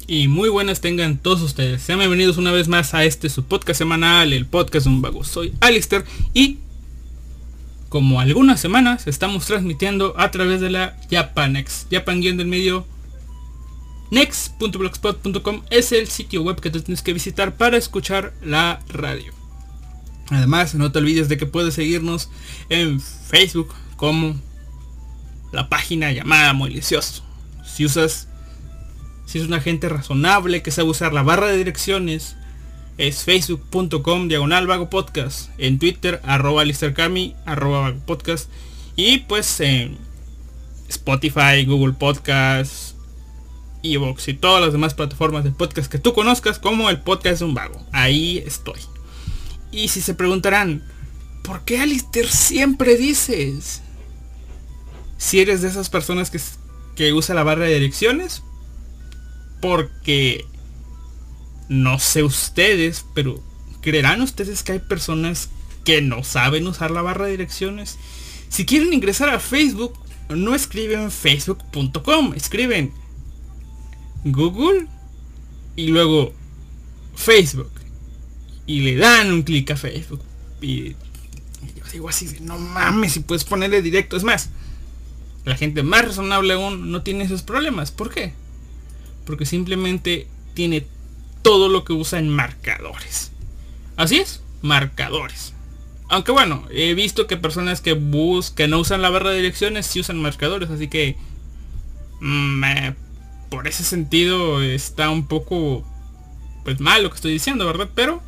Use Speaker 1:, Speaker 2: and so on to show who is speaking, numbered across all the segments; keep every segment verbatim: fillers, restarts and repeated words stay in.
Speaker 1: Y muy buenas tengan todos ustedes. Sean bienvenidos una vez más a este su podcast semanal, el podcast de un vago. Soy Alister y como algunas semanas estamos transmitiendo a través de la Japanex. Japan guión del medio next punto blogspot punto com es el sitio web que tú tienes que visitar para escuchar la radio. Además, no te olvides de que puedes seguirnos en Facebook como la página llamada Moilicioso. Si usas Si es una gente razonable que sabe usar la barra de direcciones, es facebook punto com diagonal vago podcast. En Twitter, arroba alistercami, arroba vago podcast. Y pues en Spotify, Google Podcast, Evox y todas las demás plataformas de podcast que tú conozcas como el podcast de un vago. Ahí estoy. Y si se preguntarán, ¿por qué Alister siempre dices? Si eres de esas personas que, que usa la barra de direcciones, porque no sé ustedes, pero ¿creerán ustedes que hay personas que no saben usar la barra de direcciones? Si quieren ingresar a Facebook, no escriben facebook punto com, escriben Google y luego Facebook y le dan un clic a Facebook. Y yo digo así, no mames, si puedes ponerle directo. Es más, la gente más razonable aún no tiene esos problemas. ¿Por qué? Porque simplemente tiene todo lo que usa en marcadores. Así es, marcadores. Aunque bueno, he visto que personas que buscan, que no usan la barra de direcciones, sí usan marcadores. Así que mmm, eh, por ese sentido está un poco pues mal lo que estoy diciendo, ¿verdad? Pero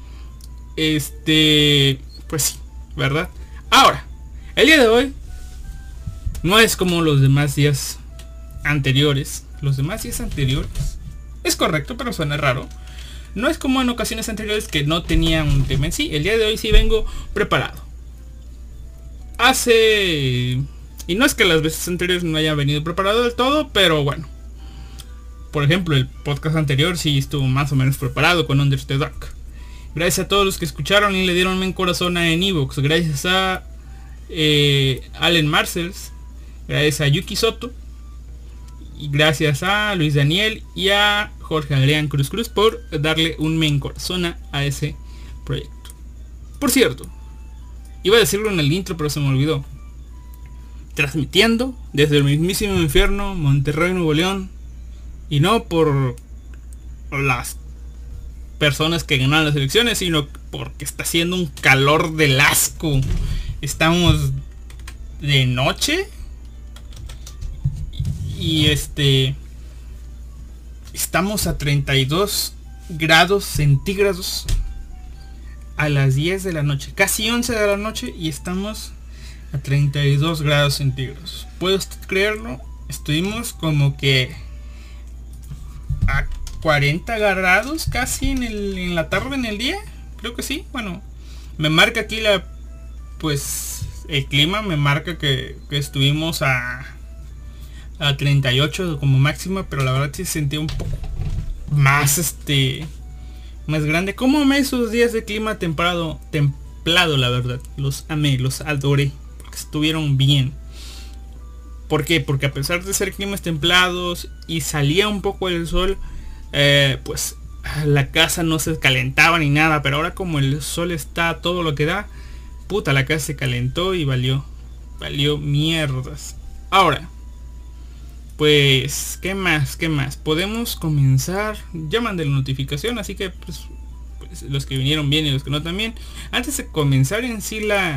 Speaker 1: este pues sí, ¿verdad? Ahora, el día de hoy no es como los demás días anteriores. Los demás días anteriores es correcto, pero suena raro. No es como en ocasiones anteriores que no tenía un tema en sí. El día de hoy sí vengo preparado. Hace... Y no es que las veces anteriores no haya venido preparado del todo, pero bueno. Por ejemplo, el podcast anterior sí estuvo más o menos preparado con Under the Dark. Gracias a todos los que escucharon y le dieron en corazón en Evox. Gracias a eh, Allen Marcells. Gracias a Yuki Soto. Y gracias a Luis Daniel y a Jorge Adrián Cruz Cruz por darle un me encorazona a ese proyecto. Por cierto, iba a decirlo en el intro pero se me olvidó. Transmitiendo desde el mismísimo infierno, Monterrey, Nuevo León. Y no por las personas que ganaron las elecciones, sino porque está haciendo un calor del asco. Estamos de noche. Y este estamos a treinta y dos grados centígrados a las diez de la noche, casi once de la noche, y estamos a treinta y dos grados centígrados. ¿Puede usted creerlo? Estuvimos como que a cuarenta grados casi en, el, en la tarde, en el día. Creo que sí. Bueno, me marca aquí la pues el clima, me marca que, que estuvimos a a treinta y ocho como máxima, pero la verdad sí se sentía un poco más este más grande. Como amé esos días de clima templado, templado, la verdad. Los amé, los adoré, porque estuvieron bien. ¿Por qué? Porque a pesar de ser climas templados y salía un poco el sol, eh, pues la casa no se calentaba ni nada, pero ahora como el sol está todo lo que da, puta, la casa se calentó y valió, valió mierdas. Ahora, pues, ¿qué más? ¿Qué más? Podemos comenzar. Ya mandé la notificación, así que pues, pues los que vinieron bien y los que no también. Antes de comenzar en sí la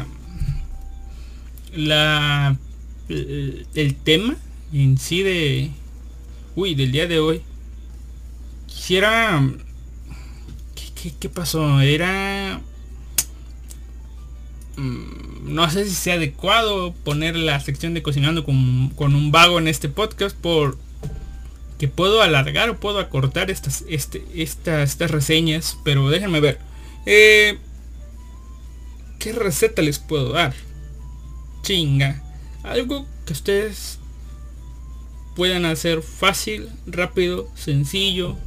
Speaker 1: la el, el tema en sí de uy del día de hoy, quisiera ¿qué, qué, qué pasó? Era no sé si sea adecuado poner la sección de cocinando con, con un vago en este podcast, por que puedo alargar o puedo acortar estas este, estas, estas reseñas, pero déjenme ver eh, qué receta les puedo dar. Chinga, algo que ustedes puedan hacer fácil, rápido, sencillo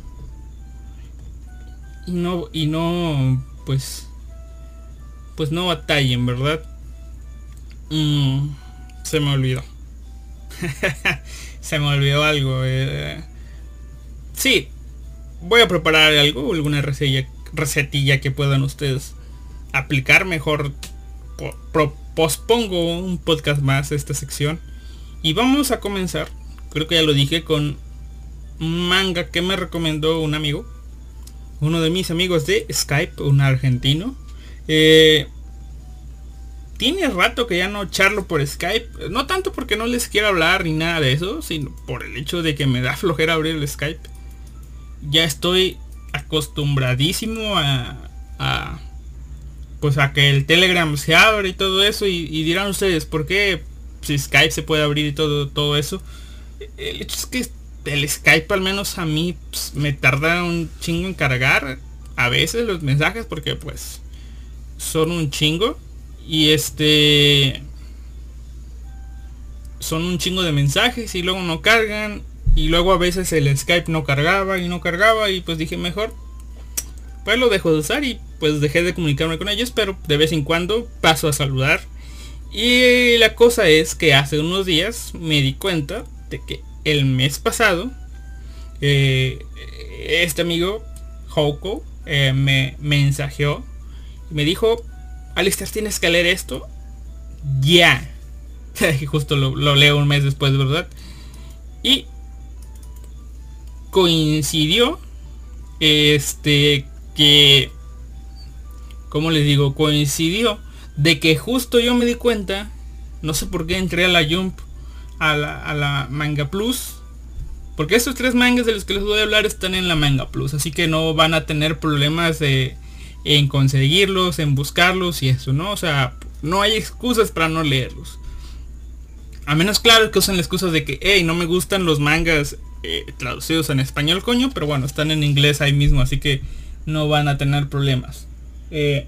Speaker 1: y no y no pues pues no batallen, ¿verdad? Mm, se me olvidó. se me olvidó algo. Eh. Sí, voy a preparar algo, alguna recetilla, recetilla que puedan ustedes aplicar. Mejor po, pro, pospongo un podcast más esta sección. Y vamos a comenzar, creo que ya lo dije, con un manga que me recomendó un amigo. Uno de mis amigos de Skype, un argentino. Eh, tiene rato que ya no charlo por Skype. No tanto porque no les quiero hablar ni nada de eso, sino por el hecho de que me da flojera abrir el Skype. Ya estoy acostumbradísimo a, a pues a que el Telegram se abre y todo eso. Y, y dirán ustedes, ¿por qué si Skype se puede abrir y todo, todo eso? El hecho es que el Skype, al menos a mí, pues, me tarda un chingo en cargar a veces los mensajes, porque pues son un chingo. Y este son un chingo de mensajes y luego no cargan. Y luego a veces el Skype no cargaba y no cargaba. Y pues dije, mejor pues lo dejo de usar. Y pues dejé de comunicarme con ellos, pero de vez en cuando paso a saludar. Y la cosa es que hace unos días me di cuenta de que el mes pasado eh, este amigo Houko eh, me mensajeó y me dijo, Alistair, tienes que leer esto ya. Y justo lo, lo leo un mes después, ¿verdad? Y coincidió este que, ¿cómo les digo? Coincidió de que justo yo me di cuenta, no sé por qué entré a la Jump, a la, a la Manga Plus, porque estos tres mangas de los que les voy a hablar están en la Manga Plus, así que no van a tener problemas de, en conseguirlos, en buscarlos y eso, ¿no? O sea, no hay excusas para no leerlos. A menos, claro, que usen la excusa de que, hey, no me gustan los mangas eh, traducidos en español, coño, pero bueno, están en inglés ahí mismo, así que no van a tener problemas. Eh,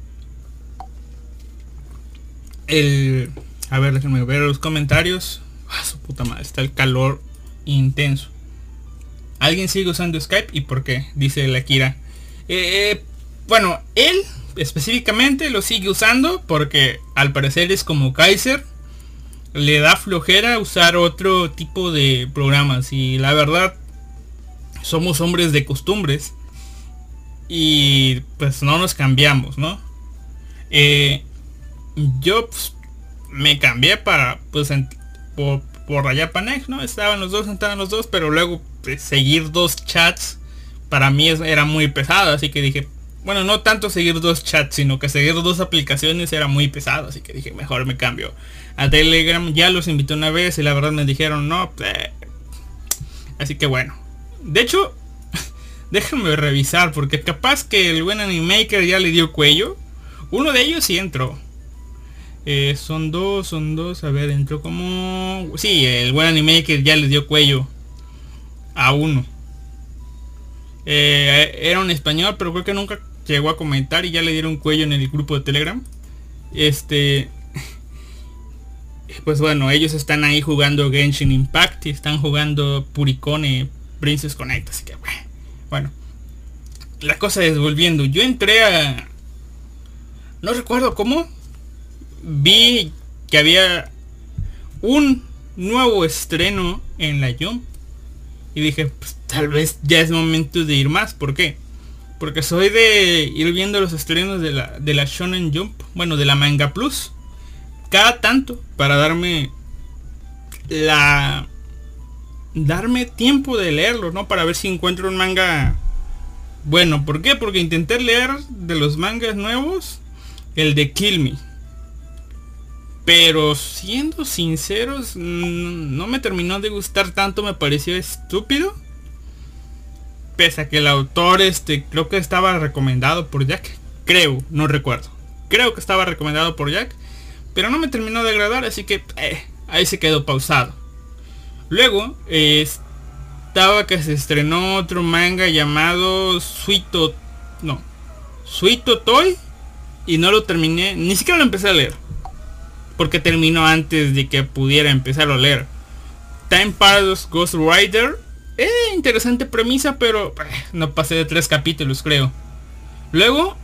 Speaker 1: el... A ver, déjenme ver los comentarios. Ah, su puta madre, está el calor intenso. ¿Alguien sigue usando Skype? ¿Y por qué? Dice la Kira. Eh, bueno, él específicamente lo sigue usando porque al parecer es como Kaiser. Le da flojera usar otro tipo de programas. Y la verdad, somos hombres de costumbres. Y pues no nos cambiamos, ¿no? Eh, yo pues, me cambié para pues en, por, por allá Panex, ¿no? Estaban los dos, estaban los dos, pero luego pues, seguir dos chats para mí es, era muy pesado, así que dije, bueno, no tanto seguir dos chats, sino que seguir dos aplicaciones era muy pesado, así que dije, mejor me cambio a Telegram. Ya los invité una vez y la verdad me dijeron no, eh. Así que bueno, de hecho déjenme revisar, porque capaz que el buen Animaker ya le dio cuello. Uno de ellos sí entró. Eh, son dos, son dos. A ver, entró como... Sí, el buen Animaker ya le dio cuello a uno. Eh, era un español, pero creo que nunca llegó a comentar y ya le dieron cuello en el grupo de Telegram. Este... Pues bueno, ellos están ahí jugando Genshin Impact y están jugando Puricone Princess Connect, así que bueno. La cosa es, volviendo, yo entré a... No recuerdo cómo. Vi que había un nuevo estreno en la Jump. Y dije, pues tal vez ya es momento de ir más. ¿Por qué? Porque soy de ir viendo los estrenos de la, de la Shonen Jump. Bueno, de la Manga Plus. Cada tanto. Para darme la... Darme tiempo de leerlo, ¿no? Para ver si encuentro un manga bueno. ¿Por qué? Porque intenté leer de los mangas nuevos el de Kill Me. Pero siendo sinceros, no me terminó de gustar tanto, me pareció estúpido. Pese a que el autor, este, creo que estaba recomendado por Jack. Creo, no recuerdo. Creo que estaba recomendado por Jack. Pero no me terminó de agradar, así que eh, ahí se quedó pausado. Luego, eh, estaba que se estrenó otro manga llamado Suito... No. Suito Toy. Y no lo terminé, ni siquiera lo empecé a leer. Porque terminó antes de que pudiera empezar a leer. Time Paradox Ghost Rider. Eh, interesante premisa, pero eh, no pasé de tres capítulos, creo. Luego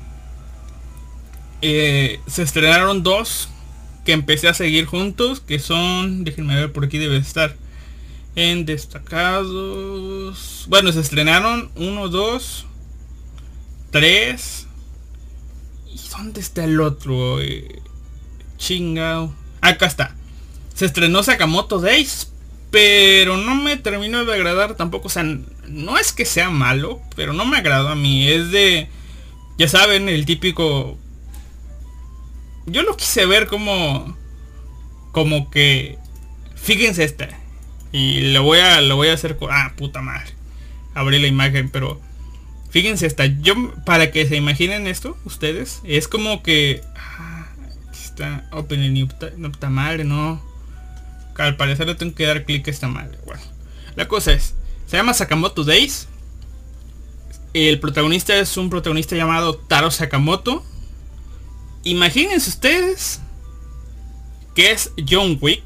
Speaker 1: eh, se estrenaron dos que empecé a seguir juntos, que son, déjenme ver, por aquí debe estar. En destacados, bueno, se estrenaron uno, dos, tres. ¿Y dónde está el otro? Eh, chingao. Acá está. Se estrenó Sakamoto Days, pero no me terminó de agradar tampoco. O sea, no es que sea malo, pero no me agradó a mí. Es de, ya saben, el típico. Yo lo quise ver como, como que, fíjense esta. Y lo voy a, lo voy a hacer con, ah, puta madre. Abrí la imagen, pero fíjense esta. Yo, para que se imaginen esto, ustedes, es como que, ah, aquí está, open el new, no está madre, no. Al parecer le tengo que dar clic a esta madre. Bueno, la cosa es, se llama Sakamoto Days. El protagonista es un protagonista llamado Taro Sakamoto. Imagínense ustedes que es John Wick.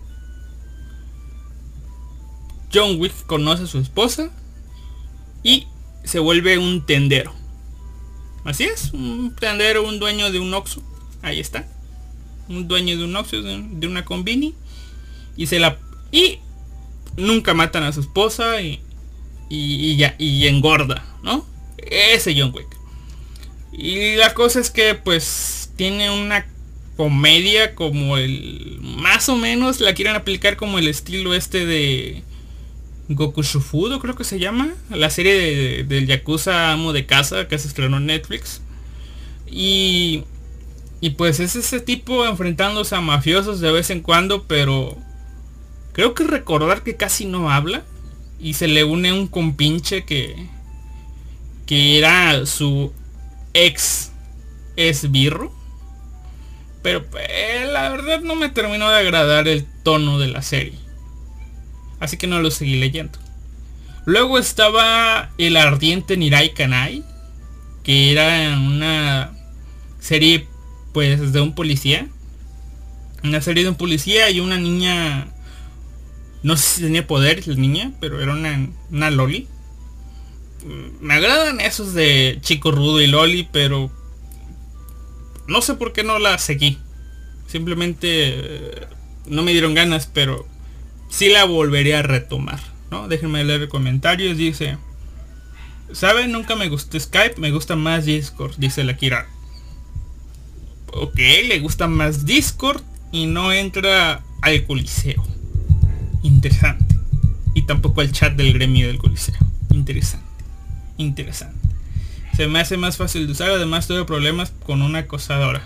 Speaker 1: John Wick conoce a su esposa y se vuelve un tendero. Así es, un tendero, un dueño de un Oxxo. Ahí está. Un dueño de un Oxxo, de una Convini. Y se la... Y nunca matan a su esposa y, y, y ya, y engorda, ¿no? Ese John Wick. Y la cosa es que pues tiene una comedia como el... Más o menos la quieren aplicar como el estilo este de Goku Shufudo, creo que se llama. La serie de, del Yakuza Amo de Casa que se estrenó en Netflix. Y... Y pues es ese tipo enfrentándose a mafiosos de vez en cuando, pero... Creo que recordar que casi no habla. Y se le une un compinche que... Que era su ex esbirro. Pero eh, la verdad no me terminó de agradar el tono de la serie. Así que no lo seguí leyendo. Luego estaba El Ardiente Nirai Kanai, que era una serie pues de un policía. Una serie de un policía y una niña. No sé si tenía poderes la niña, pero era una, una loli. Me agradan esos de Chico Rudo y Loli, pero no sé por qué no la seguí. Simplemente eh, no me dieron ganas, pero sí la volvería a retomar, ¿no? Déjenme leer comentarios. Dice: ¿saben? Nunca me gustó Skype, me gusta más Discord, dice la Kira. Ok, le gusta más Discord y no entra al Coliseo. Interesante. Y tampoco al chat del gremio del Coliseo. Interesante. Interesante. Se me hace más fácil de usar. Además tuve problemas con una acosadora.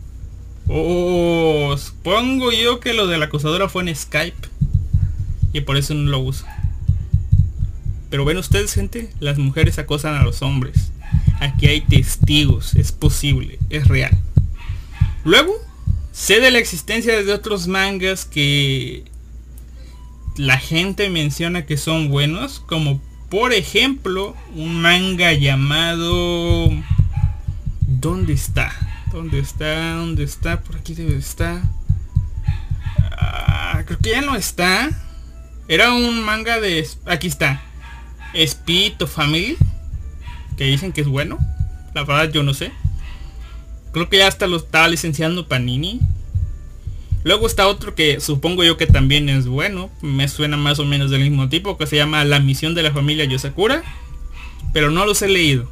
Speaker 1: Oh, supongo yo que lo de la acosadora fue en Skype y por eso no lo uso. Pero ven ustedes, gente, las mujeres acosan a los hombres. Aquí hay testigos. Es posible. Es real. Luego sé de la existencia de otros mangas que la gente menciona que son buenos, como por ejemplo un manga llamado... ¿Dónde está? ¿Dónde está? ¿Dónde está? Por aquí debe estar. Ah, creo que ya no está. Era un manga de... Aquí está. Spirit of Family, que dicen que es bueno. La verdad yo no sé. Creo que ya hasta lo estaba licenciando Panini. Luego está otro que supongo yo que también es bueno. Me suena más o menos del mismo tipo, que se llama La Misión de la Familia Yosakura. Pero no los he leído.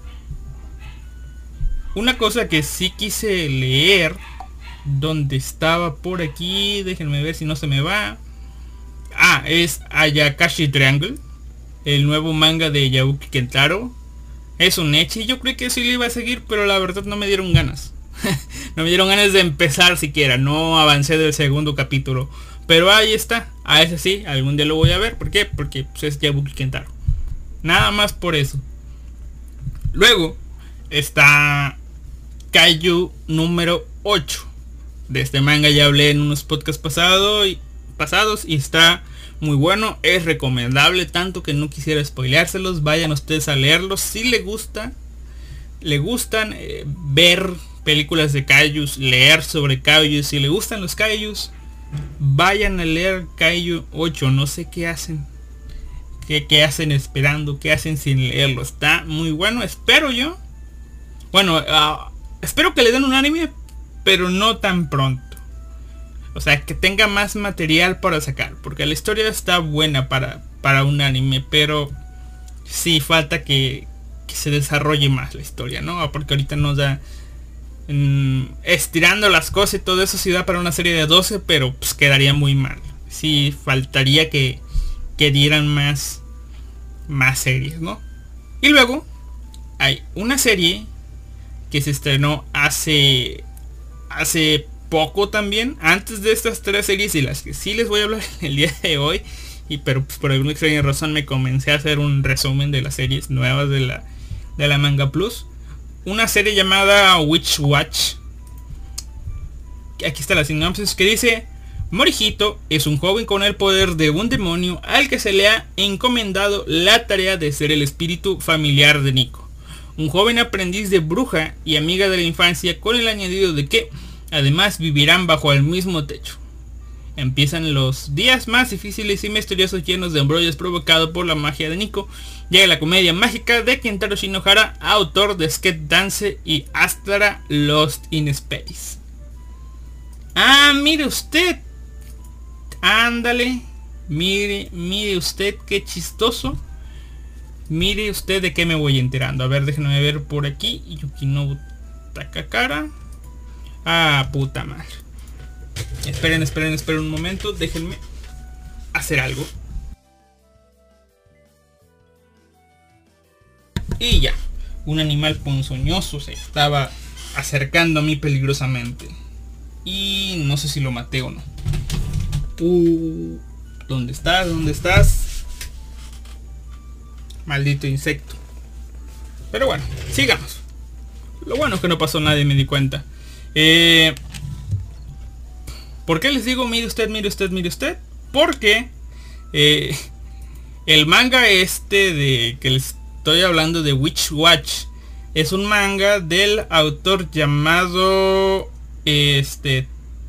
Speaker 1: Una cosa que sí quise leer, donde estaba por aquí, déjenme ver si no se me va. Ah, es Ayakashi Triangle, el nuevo manga de Yauki Kentaro. Es un ecchi, yo creí que sí lo iba a seguir, pero la verdad no me dieron ganas. No me dieron ganas de empezar siquiera, no avancé del segundo capítulo. Pero ahí está, a ese sí, algún día lo voy a ver. ¿Por qué? Porque pues, es Yauki Kentaro. Nada más por eso. Luego está Kaiju número ocho. De este manga ya hablé en unos podcasts pasado y, pasados y está muy bueno. Es recomendable, tanto que no quisiera spoileárselos. Vayan ustedes a leerlos si les gusta. Le gustan eh, ver películas de kaijus, leer sobre kaijus. Si le gustan los kaijus, vayan a leer Kaiju ocho. No sé qué hacen. ¿Qué, qué hacen esperando? ¿Qué hacen sin leerlo? Está muy bueno, espero yo. Bueno, uh, espero que le den un anime, pero no tan pronto. O sea, que tenga más material para sacar, porque la historia está buena para, para un anime, pero sí falta que, que se desarrolle más la historia, ¿no? Porque ahorita nos da mmm, estirando las cosas y todo eso sí da para una serie de doce, pero pues quedaría muy mal. Sí faltaría que, que dieran más, más series, ¿no? Y luego hay una serie que se estrenó hace hace poco también, antes de estas tres series y las que sí les voy a hablar el día de hoy, y pero pues, por alguna extraña razón me comencé a hacer un resumen de las series nuevas de la de la Manga Plus. Una serie llamada Witch Watch. Aquí está la sinopsis que dice: Morihito es un joven con el poder de un demonio al que se le ha encomendado la tarea de ser el espíritu familiar de Nico, un joven aprendiz de bruja y amiga de la infancia, con el añadido de que además vivirán bajo el mismo techo. Empiezan los días más difíciles y misteriosos, llenos de embrollos provocados por la magia de Nico. Llega la comedia mágica de Kentaro Shinohara, autor de Skate Dance y Astra Lost in Space. Ah, mire usted. Ándale. Mire, mire usted qué chistoso. Mire usted de qué me voy enterando. A ver, déjenme ver por aquí. Yukinobu Takakara. Ah, puta madre. Esperen, esperen, esperen un momento. Déjenme hacer algo. Y ya. Un animal ponzoñoso se estaba acercando a mí peligrosamente. Y no sé si lo maté o no. Uh, ¿Dónde estás? ¿Dónde estás? Maldito insecto. Pero bueno, sigamos. Lo bueno es que no pasó nada y me di cuenta. Eh, ¿Por qué les digo mire usted, mire usted, mire usted? Porque eh, el manga este de que les estoy hablando, de Witch Watch, es un manga del autor llamado este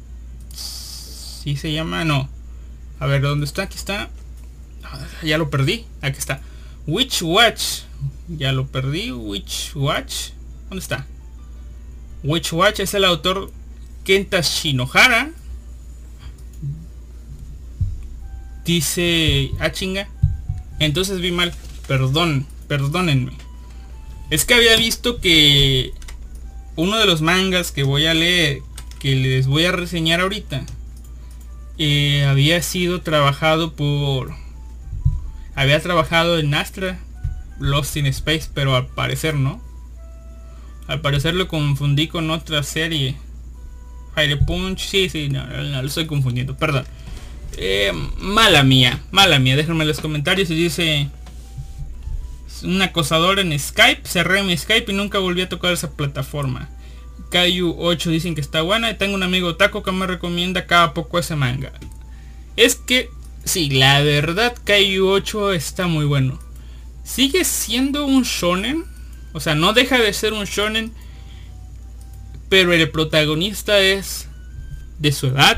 Speaker 1: sí se llama, no, a ver, ¿dónde está? Aquí está. Ya lo perdí, aquí está. Witch Watch, ya lo perdí. Witch Watch, ¿dónde está? Witch Watch es el autor Kenta Shinohara. Dice, ah chinga, entonces vi mal, perdón, perdónenme. Es que había visto que uno de los mangas que voy a leer, que les voy a reseñar ahorita, eh, había sido trabajado por, había trabajado en Astra Lost in Space, pero al parecer no. Al parecer lo confundí con otra serie. Fire Punch, sí, sí, no, no, no, lo estoy confundiendo, perdón. Eh, mala mía, mala mía, déjenme en los comentarios. Y dice: un acosador en Skype, cerré mi Skype y nunca volví a tocar esa plataforma. Kaiju ocho dicen que está buena, y tengo un amigo taco que me recomienda cada poco ese manga. Es que, sí, la verdad Kaiju ocho está muy bueno. Sigue siendo un shonen, o sea, no deja de ser un shonen, pero el protagonista es de su edad.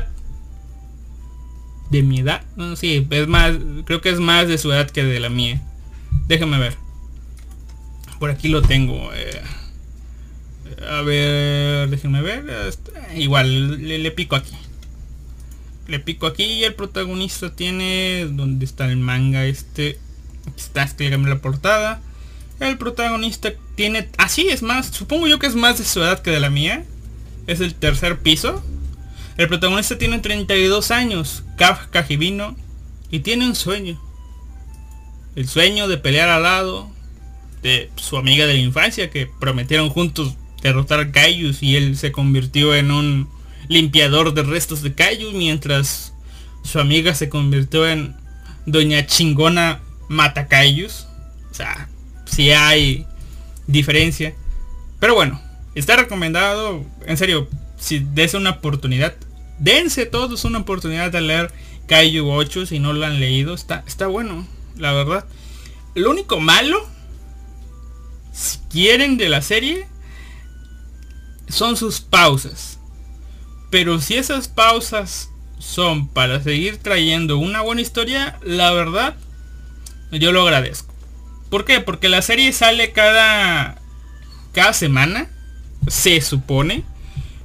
Speaker 1: De mi edad, no, sí, es más, creo que es más de su edad que de la mía. Déjame ver. Por aquí lo tengo. Eh, a ver, déjenme ver. Igual, le, le pico aquí. Le pico aquí y el protagonista tiene... ¿Dónde está el manga este? Aquí está, explícame la portada. El protagonista tiene... Así es más, supongo yo que es más de su edad que de la mía. Es el tercer piso. El protagonista tiene treinta y dos años, Kafka Hibino, y tiene un sueño. El sueño de pelear al lado de su amiga de la infancia, que prometieron juntos derrotar kaijus, y él se convirtió en un limpiador de restos de kaijus, mientras su amiga se convirtió en doña chingona mata kaijus. O sea, sí hay diferencia. Pero bueno, está recomendado, en serio, si des una oportunidad. Dense todos una oportunidad de leer Kaiju ocho si no lo han leído. Está, está bueno, la verdad. Lo único malo, si quieren, de la serie, son sus pausas. Pero si esas pausas son para seguir trayendo una buena historia, la verdad, yo lo agradezco. ¿Por qué? Porque la serie sale cada, cada semana, se supone.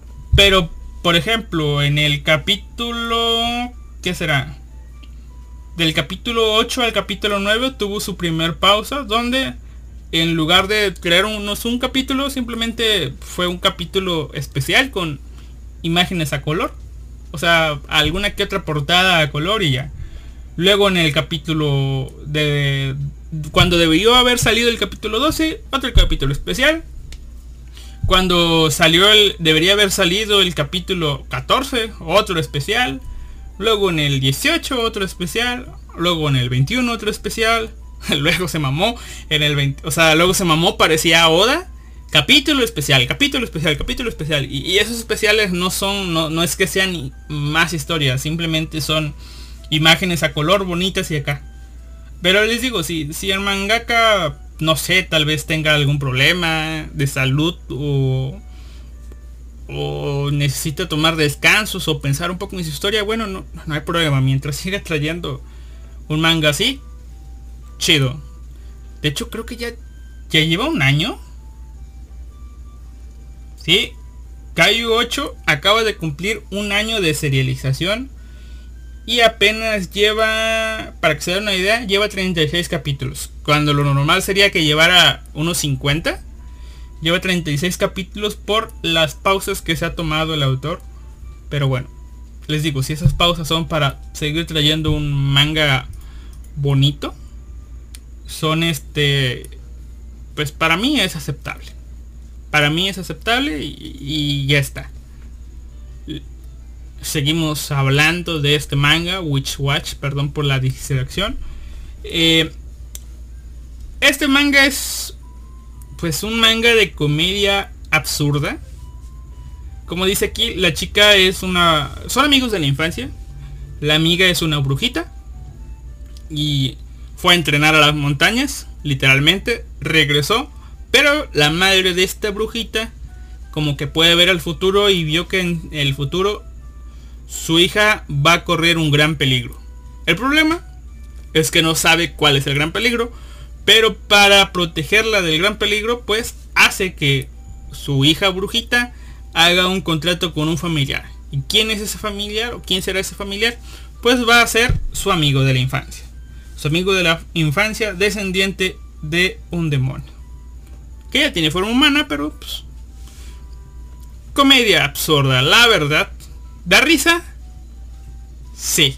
Speaker 1: Pero, por ejemplo, en el capítulo... ¿Qué será? del capítulo ocho al capítulo nueve tuvo su primer pausa, donde en lugar de crear unos un capítulo, simplemente fue un capítulo especial con imágenes a color. O sea, alguna que otra portada a color y ya. Luego en el capítulo de... Cuando debió haber salido el capítulo doce, otro capítulo especial. Cuando salió el... Debería haber salido el capítulo catorce, otro especial. Luego en el dieciocho, otro especial. Luego en el veintiuno, otro especial. Luego se mamó en el veinte... O sea, luego se mamó, parecía Oda. Capítulo especial, capítulo especial, capítulo especial. Y, y esos especiales no son... No, no es que sean más historias. Simplemente son imágenes a color bonitas y acá. Pero les digo, si, si el mangaka, no sé, tal vez tenga algún problema de salud o, o necesita tomar descansos o pensar un poco en su historia, bueno, no, no hay problema. Mientras siga trayendo un manga así, chido. De hecho, creo que ya, ya lleva un año. Sí, Kaiju ocho acaba de cumplir un año de serialización. Y apenas lleva, para que se den una idea, lleva treinta y seis capítulos. Cuando lo normal sería que llevara unos cincuenta. Lleva treinta y seis capítulos por las pausas que se ha tomado el autor. Pero bueno, les digo, si esas pausas son para seguir trayendo un manga bonito, son este... Pues para mí es aceptable. Para mí es aceptable y, y ya está. Seguimos hablando de este manga, Witch Watch, perdón por la distracción. Eh, este manga es pues un manga de comedia absurda. Como dice aquí, la chica es una... Son amigos de la infancia. La amiga es una brujita. Y fue a entrenar a las montañas, literalmente. Regresó. Pero la madre de esta brujita como que puede ver al futuro y vio que en el futuro su hija va a correr un gran peligro. El problema es que no sabe cuál es el gran peligro, pero para protegerla del gran peligro, pues hace que su hija brujita haga un contrato con un familiar. ¿Y quién es ese familiar? ¿O quién será ese familiar? Pues va a ser su amigo de la infancia. Su amigo de la infancia, descendiente de un demonio. Que ya tiene forma humana, pero pues... Comedia absurda, la verdad. ¿Da risa? Sí.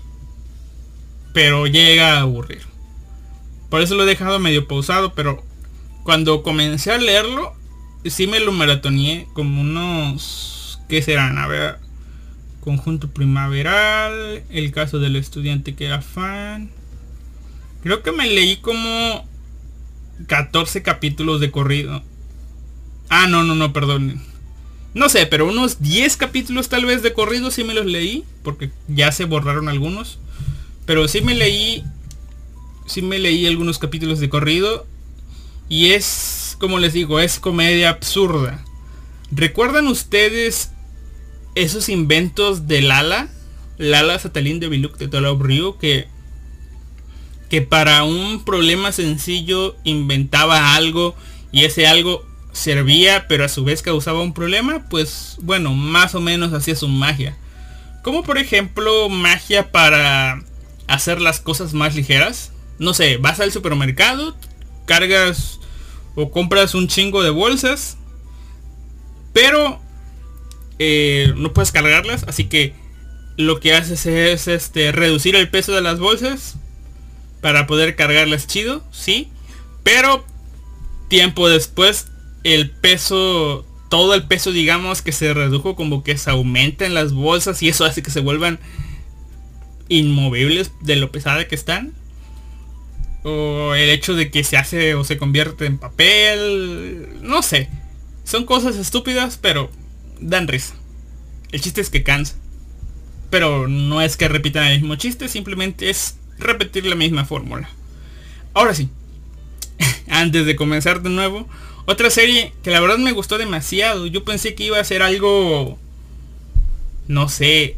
Speaker 1: Pero llega a aburrir. Por eso lo he dejado medio pausado, pero cuando comencé a leerlo, sí me lo maratoneé como unos... ¿Qué serán? A ver... Conjunto primaveral, el caso del estudiante que era fan. Creo que me leí como catorce capítulos de corrido. Ah, no, no, no, perdón. No sé, pero unos diez capítulos tal vez de corrido sí me los leí, porque ya se borraron algunos. Pero sí me leí, sí me leí algunos capítulos de corrido. Y es, como les digo, es comedia absurda. ¿Recuerdan ustedes esos inventos de Lala? Lala Satalin de Biluk de Tolao Ryu, que, que para un problema sencillo inventaba algo y ese algo servía, pero a su vez causaba un problema. Pues bueno, más o menos hacía su magia. Como por ejemplo magia para hacer las cosas más ligeras. No sé, vas al supermercado, cargas o compras un chingo de bolsas, pero eh, no puedes cargarlas, así que lo que haces es este reducir el peso de las bolsas para poder cargarlas chido, sí, pero tiempo después el peso, todo el peso digamos que se redujo, como que se aumenta en las bolsas y eso hace que se vuelvan inmovibles de lo pesada que están. O el hecho de que se hace o se convierte en papel, no sé, son cosas estúpidas pero dan risa. El chiste es que cansa, pero no es que repitan el mismo chiste, simplemente es repetir la misma fórmula. Ahora sí, antes de comenzar de nuevo, otra serie que la verdad me gustó demasiado. Yo pensé que iba a ser algo, no sé,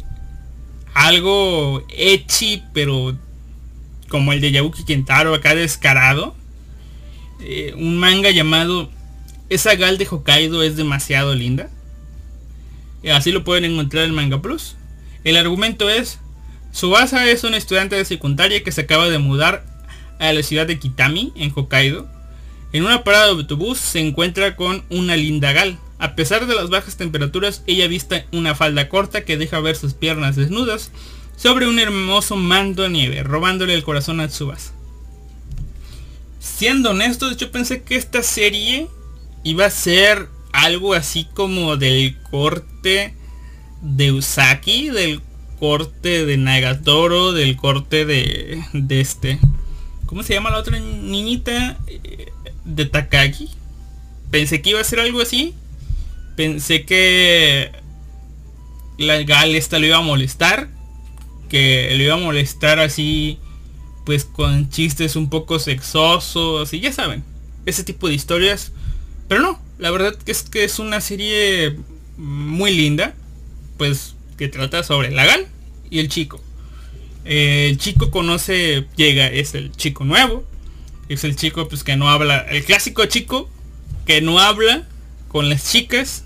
Speaker 1: algo ecchi, pero como el de Yabuki Kentaro, acá descarado. Eh, un manga llamado Esa gal de Hokkaido es demasiado linda. Eh, así lo pueden encontrar en Manga Plus. El argumento es: Tsubasa es un estudiante de secundaria que se acaba de mudar a la ciudad de Kitami, en Hokkaido. En una parada de autobús se encuentra con una linda gal. A pesar de las bajas temperaturas, ella viste una falda corta que deja ver sus piernas desnudas sobre un hermoso manto de nieve, robándole el corazón a Tsubasa. Siendo honestos, yo pensé que esta serie iba a ser algo así como del corte de Usaki, del corte de Nagatoro, del corte de, de este... ¿Cómo se llama la otra niñita? De Takagi. Pensé que iba a ser algo así. Pensé que la gal esta lo iba a molestar. Que lo iba a molestar así, pues con chistes un poco sexosos y ya saben, ese tipo de historias. Pero no, la verdad que es que es una serie muy linda, pues que trata sobre la gal y el chico. Eh, el chico conoce, llega, es el chico nuevo, es el chico pues que no habla, el clásico chico que no habla con las chicas.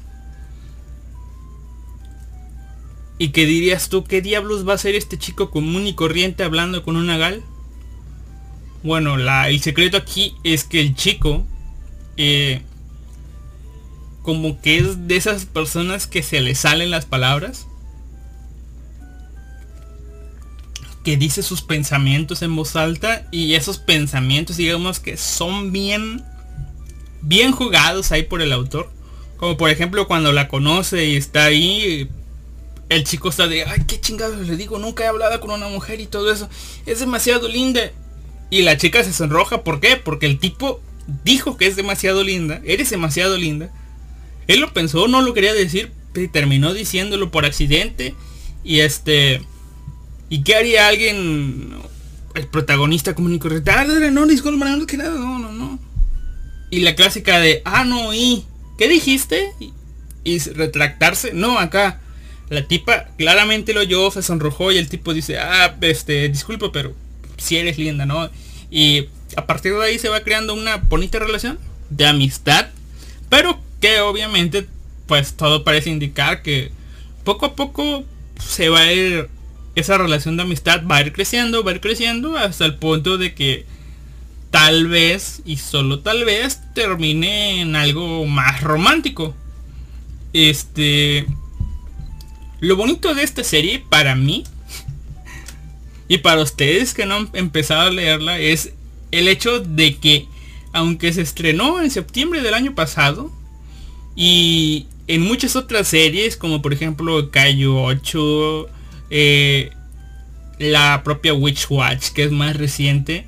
Speaker 1: ¿Y qué dirías tú? ¿Qué diablos va a ser este chico común y corriente hablando con una gal? Bueno, la, el secreto aquí es que el chico eh, como que es de esas personas que se le salen las palabras, que dice sus pensamientos en voz alta, y esos pensamientos digamos que son bien bien jugados ahí por el autor. Como por ejemplo cuando la conoce y está ahí, el chico está de, ay, qué chingados le digo, nunca he hablado con una mujer y todo eso, es demasiado linda. Y la chica se sonroja, ¿por qué? Porque el tipo dijo que es demasiado linda, eres demasiado linda. Él lo pensó, no lo quería decir, pero terminó diciéndolo por accidente. Y este... ¿Y qué haría alguien, el protagonista común y corriente? Ah, no, disculpa, no, que nada, no, no, no. Y la clásica de, ah, no, ¿y qué dijiste? Y, y retractarse, no, acá... La tipa claramente lo oyó, se sonrojó y el tipo dice, ah, este, disculpa, pero si eres linda, ¿no? Y a partir de ahí se va creando una bonita relación de amistad, pero que obviamente, pues todo parece indicar que poco a poco se va a ir, esa relación de amistad va a ir creciendo, va a ir creciendo hasta el punto de que tal vez, y solo tal vez, termine en algo más romántico. Este... Lo bonito de esta serie, para mí, y para ustedes que no han empezado a leerla, es el hecho de que, aunque se estrenó en septiembre del año pasado, y en muchas otras series, como por ejemplo Kaiju ocho, eh, la propia Witch Watch, que es más reciente,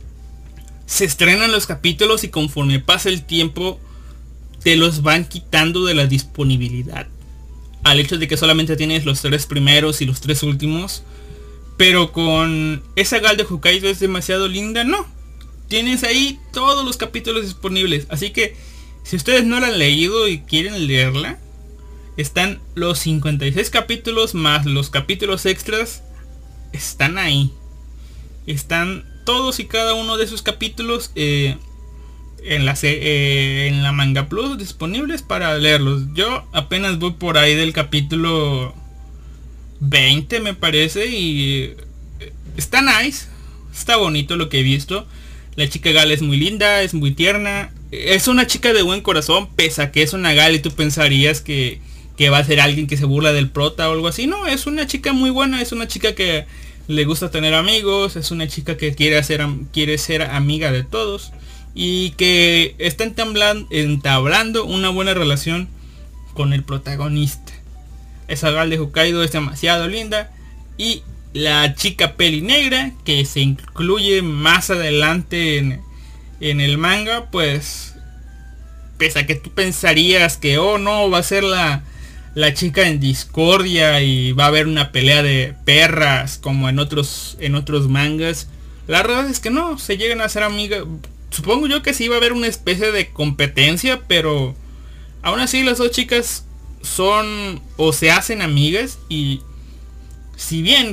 Speaker 1: se estrenan los capítulos y conforme pasa el tiempo, te los van quitando de la disponibilidad. Al hecho de que solamente tienes los tres primeros y los tres últimos. Pero con esa gal de Hokkaido es demasiado linda, no. Tienes ahí todos los capítulos disponibles. Así que si ustedes no la han leído y quieren leerla, están los cincuenta y seis capítulos más los capítulos extras. Están ahí. Están todos y cada uno de esos capítulos eh, en la eh, en la Manga Plus disponibles para leerlos. Yo apenas voy por ahí del capítulo veinte, me parece, y está nice, está bonito lo que he visto. La chica gal es muy linda, es muy tierna, es una chica de buen corazón, pese a que es una gal y tú pensarías que, que va a ser alguien que se burla del prota o algo así. No, es una chica muy buena, es una chica que le gusta tener amigos, es una chica que quiere, hacer, quiere ser amiga de todos. Y que está entablando, entablando una buena relación con el protagonista. Esa gal de Hokkaido es demasiado linda. Y la chica peli negra, que se incluye más adelante en, en el manga, pues pese a que tú pensarías que oh no, va a ser la, la chica en discordia y va a haber una pelea de perras como en otros, en otros mangas, la verdad es que no, se llegan a ser amigas. Supongo yo que sí va a haber una especie de competencia, pero aún así las dos chicas son o se hacen amigas. Y si bien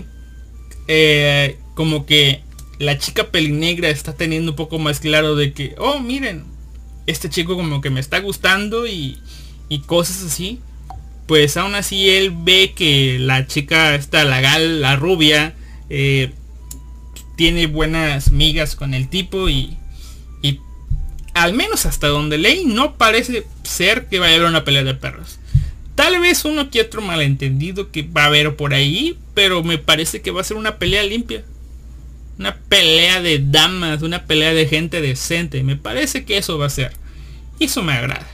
Speaker 1: eh, como que la chica pelinegra está teniendo un poco más claro de que, oh miren, este chico como que me está gustando y, y cosas así, pues aún así él ve que la chica esta, la gal, la rubia, Eh, tiene buenas migas con el tipo y, y al menos hasta donde leí no parece ser que vaya a haber una pelea de perros. Tal vez uno que otro malentendido que va a haber por ahí, pero me parece que va a ser una pelea limpia. Una pelea de damas, una pelea de gente decente. Me parece que eso va a ser. Y eso me agrada.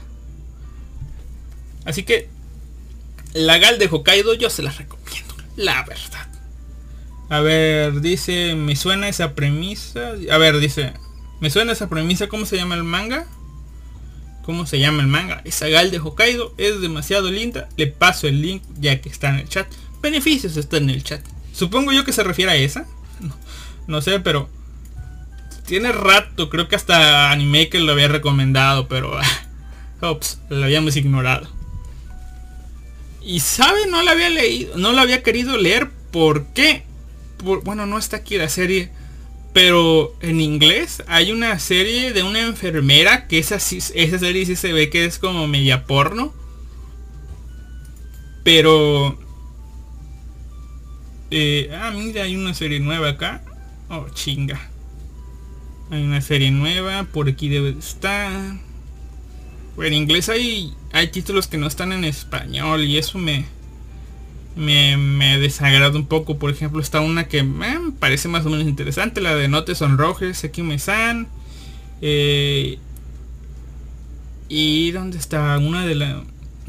Speaker 1: Así que la Gal de Hokkaido yo se la recomiendo, la verdad. A ver, dice, me suena esa premisa. A ver, dice, me suena esa premisa. ¿Cómo se llama el manga? ¿Cómo se llama el manga? Esa Gal de Hokkaido es demasiado linda. Le paso el link ya que está en el chat. Beneficios está en el chat. Supongo yo que se refiere a esa. No, no sé, pero tiene rato. Creo que hasta Animaker lo había recomendado, pero ops, lo habíamos ignorado. Y sabe, no la había leído, no la había querido leer. ¿Por qué? Por, bueno, no está aquí la serie, pero en inglés hay una serie de una enfermera que esa, esa serie sí se ve que es como media porno. Pero eh, ah, mira, hay una serie nueva acá. Oh, chinga. Hay una serie nueva, por aquí debe estar. Bueno, en inglés hay, hay títulos que no están en español y eso me, me, me desagrada un poco. Por ejemplo, está una que me parece más o menos interesante, la de No te sonrojes, Sekime-san. Eh, y ¿dónde está? Una de la...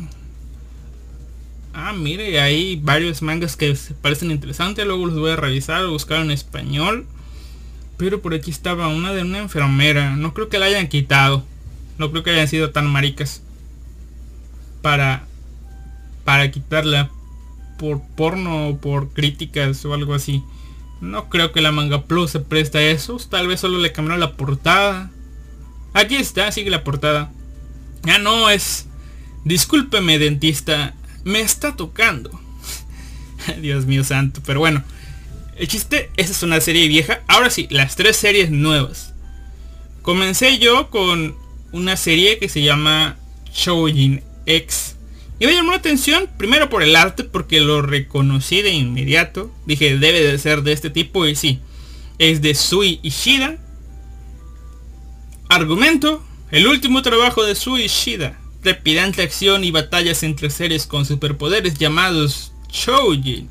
Speaker 1: Ah, mire, hay varios mangas que se parecen interesantes. Luego los voy a revisar o buscar en español. Pero por aquí estaba una de una enfermera. No creo que la hayan quitado. No creo que hayan sido tan maricas para para quitarla por porno o por críticas o algo así. No creo que la Manga Plus se preste a eso. Tal vez solo le cambiaron la portada. Aquí está, sigue la portada. Ah, no, es... Discúlpeme, dentista, me está tocando. Dios mío santo. Pero bueno, el chiste, esa es una serie vieja. Ahora sí, las tres series nuevas. Comencé yo con una serie que se llama Shoujin X. Y me llamó la atención, primero por el arte, porque lo reconocí de inmediato. Dije, debe de ser de este tipo, y sí. Es de Sui Ishida. Argumento: el último trabajo de Sui Ishida. Trepidante acción y batallas entre seres con superpoderes llamados Shoujin.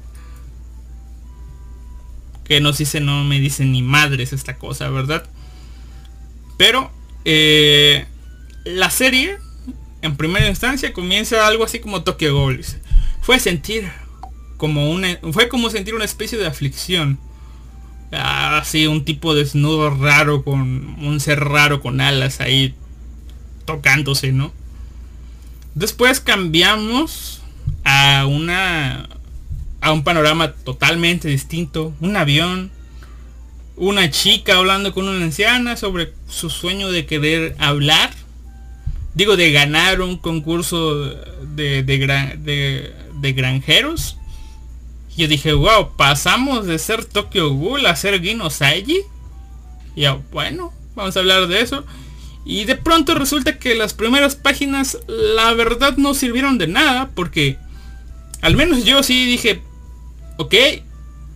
Speaker 1: Que no dice, no me dice ni madres esta cosa, ¿verdad? Pero eh, la serie en primera instancia comienza algo así como Tokyo Ghoul. Fue sentir como una fue como sentir una especie de aflicción. Así un tipo desnudo raro, con un ser raro con alas ahí tocándose, ¿no? Después cambiamos a una a un panorama totalmente distinto. Un avión, una chica hablando con una anciana sobre su sueño de querer hablar. Digo, de ganar un concurso de, de, gran, de, de granjeros. Y yo dije, wow, pasamos de ser Tokyo Ghoul a ser Gino Saiji. Y yo, bueno, vamos a hablar de eso. Y de pronto resulta que las primeras páginas, la verdad, no sirvieron de nada. Porque al menos yo sí dije, ok, eh,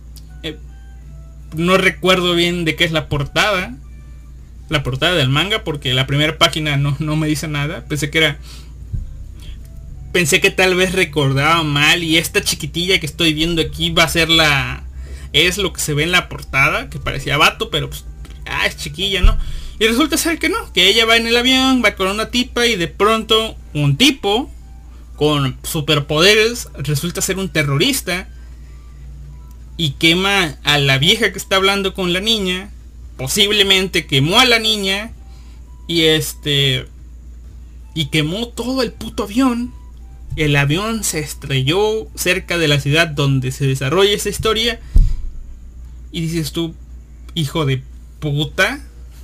Speaker 1: no recuerdo bien de qué es la portada. La portada del manga, porque la primera página no, no me dice nada. Pensé que era... Pensé que tal vez recordaba mal. Y esta chiquitilla que estoy viendo aquí va a ser la... Es lo que se ve en la portada, que parecía vato, pero pues... Ah, es chiquilla, ¿no? Y resulta ser que no, que ella va en el avión, va con una tipa y de pronto un tipo con superpoderes resulta ser un terrorista y quema a la vieja que está hablando con la niña. Posiblemente quemó a la niña y este y quemó todo el puto avión. El avión se estrelló cerca de la ciudad donde se desarrolla esa historia. Y dices tú, hijo de puta,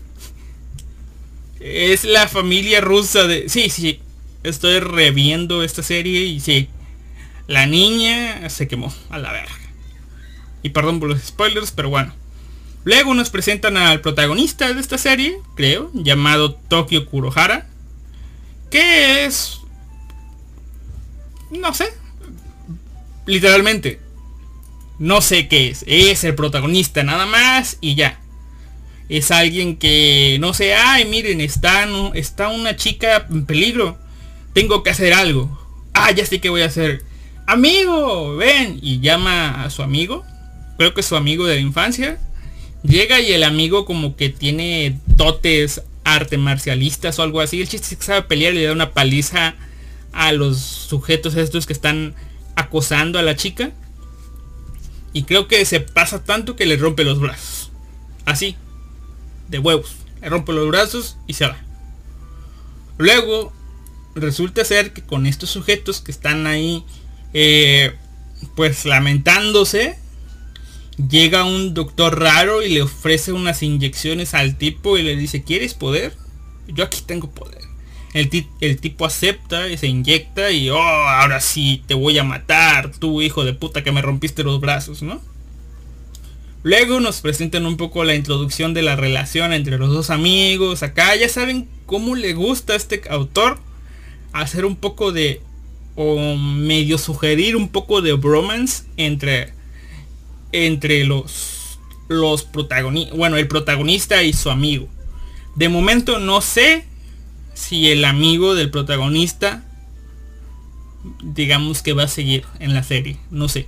Speaker 1: es la familia rusa de... Sí, sí, estoy reviendo esta serie y sí, la niña se quemó a la verga. Y perdón por los spoilers, pero bueno. Luego nos presentan al protagonista de esta serie, creo, llamado Tokio Kurohara, que es... no sé, literalmente, No sé qué es. Es el protagonista nada más y ya. Es alguien que no sé, ay miren, está, está una chica en peligro. Tengo que hacer algo. Ah, ya sé qué voy a hacer. Amigo, ven. Y llama a su amigo. Creo que es su amigo de la infancia. Llega y el amigo como que tiene dotes arte marcialistas o algo así. El chiste es que sabe pelear y le da una paliza a los sujetos estos que están acosando a la chica. Y creo que se pasa tanto que le rompe los brazos. Así. De huevos. Le rompe los brazos y se va. Luego resulta ser que con estos sujetos que están ahí eh, pues lamentándose, llega un doctor raro y le ofrece unas inyecciones al tipo y le dice, ¿quieres poder? Yo aquí tengo poder. El, ti el tipo acepta y se inyecta y oh, ahora sí te voy a matar, tú hijo de puta que me rompiste los brazos, ¿no? Luego nos presentan un poco la introducción de la relación entre los dos amigos. Acá ya saben cómo le gusta a este autor hacer un poco de, o medio sugerir un poco de bromance entre entre los los protagonistas, bueno, el protagonista y su amigo. De momento no sé si el amigo del protagonista, digamos que va a seguir en la serie, no sé.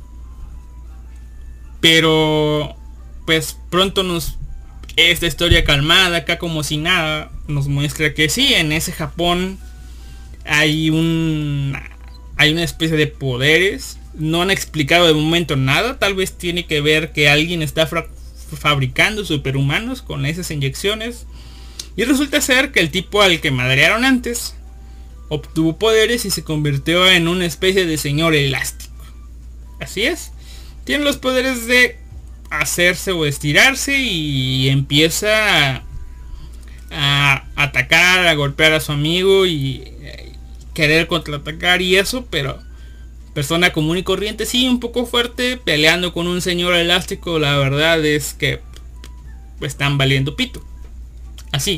Speaker 1: Pero pues pronto nos, esta historia calmada acá como si nada, nos muestra que sí, en ese Japón hay un hay una especie de poderes. No han explicado de momento nada. Tal vez tiene que ver que alguien está fabricando superhumanos con esas inyecciones. Y resulta ser que el tipo al que madrearon antes obtuvo poderes y se convirtió en una especie de señor elástico. Así es. Tiene los poderes de hacerse o estirarse y empieza a, a atacar, a golpear a su amigo y eh, querer contraatacar y eso, pero persona común y corriente, sí, un poco fuerte, peleando con un señor elástico, la verdad es que están valiendo pito. Así.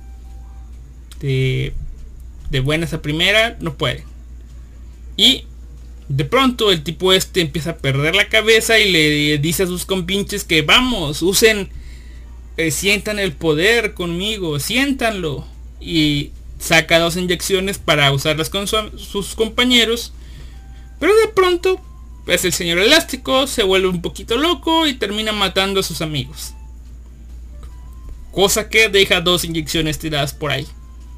Speaker 1: De, de buenas a primera, no puede. Y de pronto el tipo este empieza a perder la cabeza y le dice a sus compinches que vamos, usen, eh, sientan el poder conmigo, siéntanlo. Y saca dos inyecciones para usarlas con su, sus compañeros. Pero de pronto, pues el señor elástico se vuelve un poquito loco y termina matando a sus amigos. Cosa que deja dos inyecciones tiradas por ahí.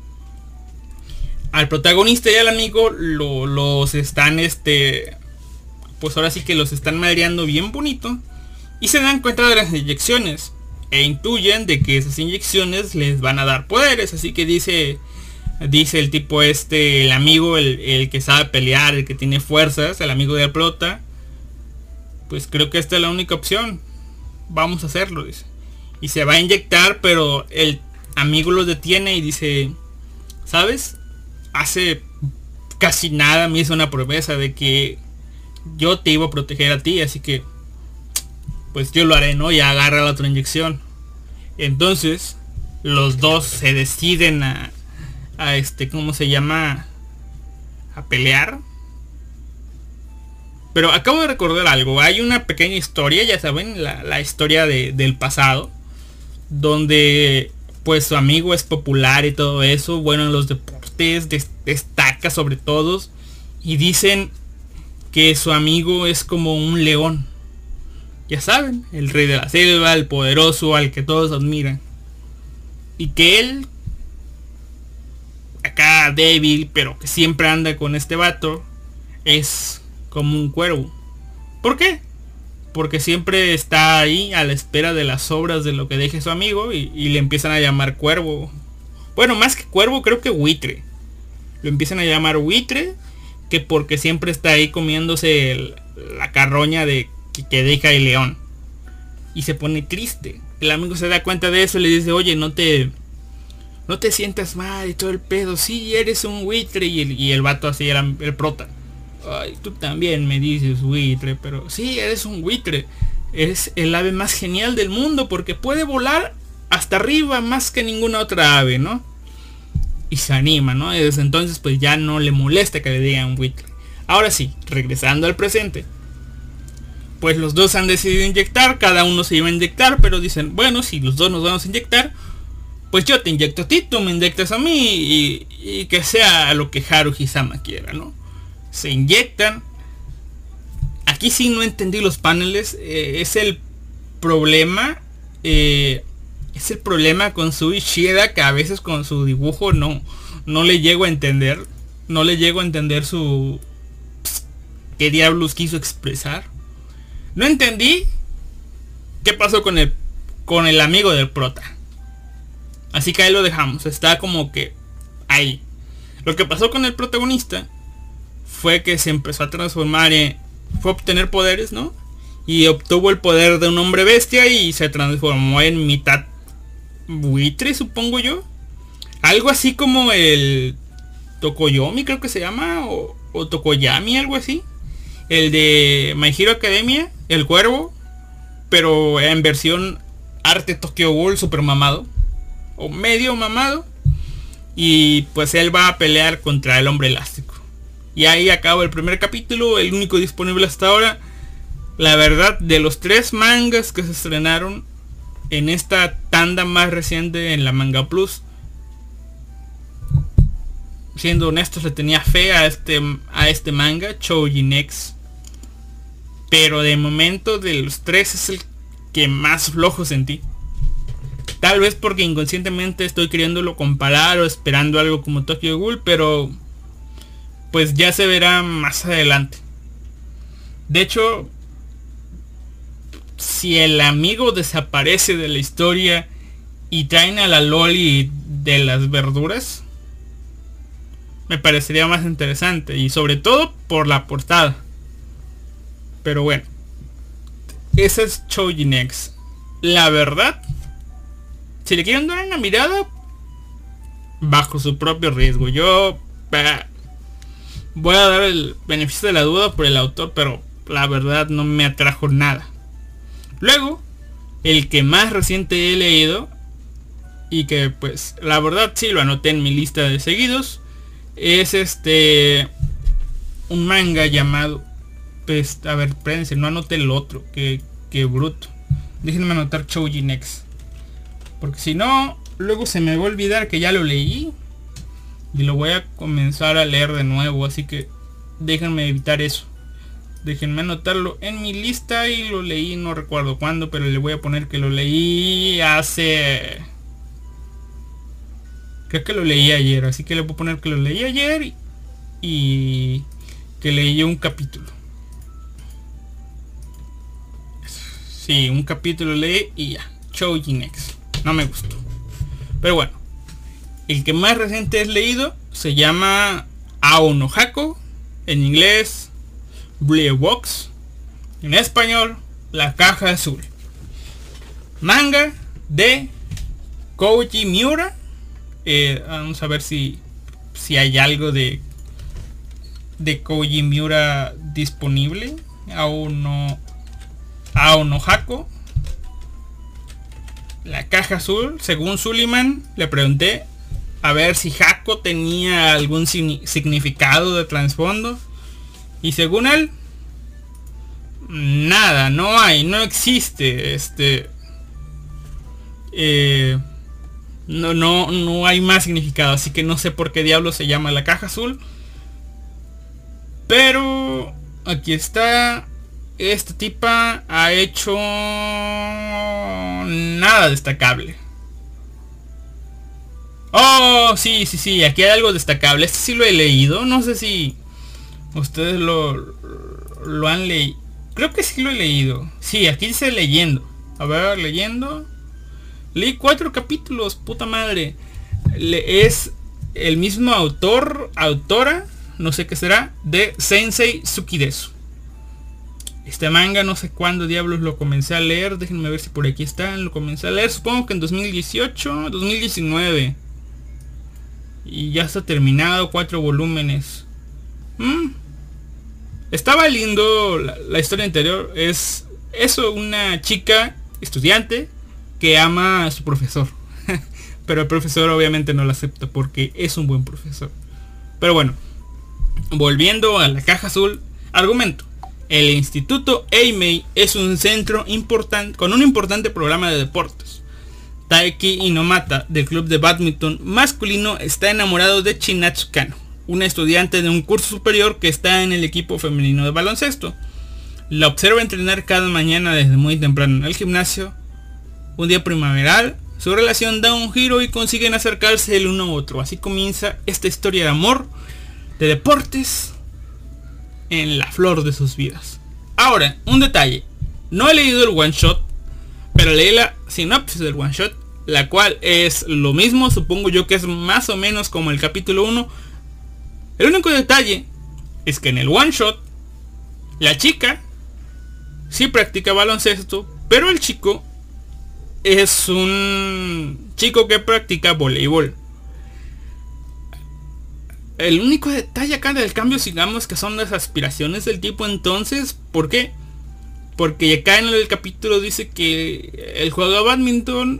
Speaker 1: Al protagonista y al amigo lo, los están, este, pues ahora sí que los están madreando bien bonito. Y se dan cuenta de las inyecciones. E intuyen de que esas inyecciones les van a dar poderes. Así que dice... Dice el tipo este, el amigo, el, el que sabe pelear, el que tiene fuerzas, el amigo de prota. Pues creo que esta es la única opción. Vamos a hacerlo, dice. Y se va a inyectar, pero el amigo lo detiene y dice, ¿sabes? Hace casi nada me hizo una promesa de que yo te iba a proteger a ti, así que pues yo lo haré, ¿no? Y agarra la otra inyección. Entonces, los dos se deciden a... a este, ¿cómo se llama? A pelear. Pero acabo de recordar algo. Hay una pequeña historia, ya saben, la, la historia de, del pasado, donde pues su amigo es popular y todo eso, bueno en los deportes, des, destaca sobre todos, y dicen que su amigo es como un león. Ya saben, el rey de la selva, el poderoso al que todos admiran. Y que él, acá débil, pero que siempre anda con este vato, es como un cuervo. ¿Por qué? Porque siempre está ahí a la espera de las obras de lo que deje su amigo y, y le empiezan a llamar cuervo. Bueno, más que cuervo, creo que buitre. Lo empiezan a llamar buitre, que porque siempre está ahí comiéndose el, la carroña de que, que deja el león. Y se pone triste. El amigo se da cuenta de eso y le dice, oye, no te... no te sientas mal y todo el pedo. Sí, eres un buitre. Y el, y el vato así era el prota. Ay, tú también me dices buitre. Pero sí, eres un buitre. Eres el ave más genial del mundo. Porque puede volar hasta arriba más que ninguna otra ave, ¿no? Y se anima, ¿no? Y desde entonces pues ya no le molesta que le digan buitre. Ahora sí, regresando al presente. pues los dos han decidido inyectar, cada uno se iba a inyectar, pero dicen, bueno, si los dos nos vamos a inyectar, pues yo te inyecto a ti, tú me inyectas a mí y, y que sea lo que Haruhi-sama quiera, ¿no? Se inyectan. Aquí sí no entendí los paneles, eh, es el problema, eh, es el problema con su Ishida, que a veces con su dibujo no, no le llego a entender, no le llego a entender su... ¿Qué diablos quiso expresar? No entendí qué pasó con el, con el amigo del prota. Así que ahí lo dejamos, está como que ahí. Lo que pasó con el protagonista fue que se empezó a transformar en... Fue a obtener poderes, ¿no? Y obtuvo el poder de un hombre bestia y se transformó en mitad buitre, supongo yo. Algo así como el Tokoyomi, creo que se llama, o, o Tokoyami, algo así. El de My Hero Academia, el cuervo, pero en versión arte Tokyo Ghoul super mamado, o medio mamado. Y pues él va a pelear contra el hombre elástico. Y ahí acaba el primer capítulo, el único disponible hasta ahora. La verdad, de los tres mangas que se estrenaron en esta tanda más reciente en la Manga Plus, siendo honestos, le tenía fe a este, a este manga, Chouji Next. Pero de momento de los tres es el que más flojo sentí. Tal vez porque inconscientemente estoy queriéndolo comparar o esperando algo como Tokyo Ghoul, pero pues ya se verá más adelante. De hecho, si el amigo desaparece de la historia y traen a la Loli de las verduras, me parecería más interesante, y sobre todo por la portada. Pero bueno, ese es Chouji Next. La verdad, si le quieren dar una mirada, bajo su propio riesgo. Yo bah, voy a dar el beneficio de la duda por el autor, pero la verdad no me atrajo nada. Luego, el que más reciente he leído, y que pues la verdad sí lo anoté en mi lista de seguidos, es este un manga llamado, pues, a ver, espérense, no anoté el otro, que, que bruto. Déjenme anotar Chouji Next, porque si no, luego se me va a olvidar que ya lo leí y lo voy a comenzar a leer de nuevo, así que déjenme evitar eso. Déjenme anotarlo en mi lista, y lo leí, no recuerdo cuándo, pero le voy a poner que lo leí hace... Creo que lo leí ayer, así que le voy a poner que lo leí ayer y, y que leí un capítulo. Sí, un capítulo leí y ya. Chouji Next. No me gustó. Pero bueno, el que más reciente he leído se llama Ao no Hako, en inglés Blue Box, en español La Caja Azul. Manga de Koji Miura. Eh, vamos a ver si si hay algo de de Koji Miura disponible. Aún no Ao no Hako, La Caja Azul. Según Suliman, le pregunté a ver si Hako tenía algún significado de trasfondo, y según él, nada, no hay, no existe. Este eh, No, no, no hay más significado, así que no sé por qué diablo se llama La Caja Azul. Pero aquí está. Esta tipa ha hecho nada destacable. Oh, sí, sí, sí, aquí hay algo destacable. Este sí lo he leído, no sé si ustedes lo, lo han leído. Creo que sí lo he leído. Sí, aquí dice leyendo. A ver, leyendo. Leí cuatro capítulos, puta madre. Le, es el mismo autor, autora, no sé qué será, de Sensei Tsukidesu. Este manga no sé cuándo diablos lo comencé a leer. Déjenme ver si por aquí está. Lo comencé a leer, supongo que en dos mil dieciocho, dos mil diecinueve. Y ya está terminado, cuatro volúmenes. ¿Mm? Estaba lindo la, la historia anterior. Es eso, una chica estudiante que ama a su profesor. Pero el profesor obviamente no lo acepta porque es un buen profesor. Pero bueno, volviendo a La Caja Azul. Argumento: El Instituto Eimei es un centro importante con un importante programa de deportes. Taiki Inomata, del club de badminton masculino, está enamorado de Chinatsu Kano, una estudiante de un curso superior que está en el equipo femenino de baloncesto. La observa entrenar cada mañana desde muy temprano en el gimnasio. Un día primaveral, su relación da un giro y consiguen acercarse el uno a otro. Así comienza esta historia de amor, de deportes, en la flor de sus vidas. Ahora, un detalle. No he leído el one shot, pero leí la sinopsis del one shot, la cual es lo mismo, supongo yo que es más o menos como el capítulo uno. El único detalle es que en el one shot la chica sí practica baloncesto, pero el chico es un chico que practica voleibol. El único detalle acá del cambio, digamos que son las aspiraciones del tipo. Entonces, ¿por qué? Porque acá en el capítulo dice que él juega badminton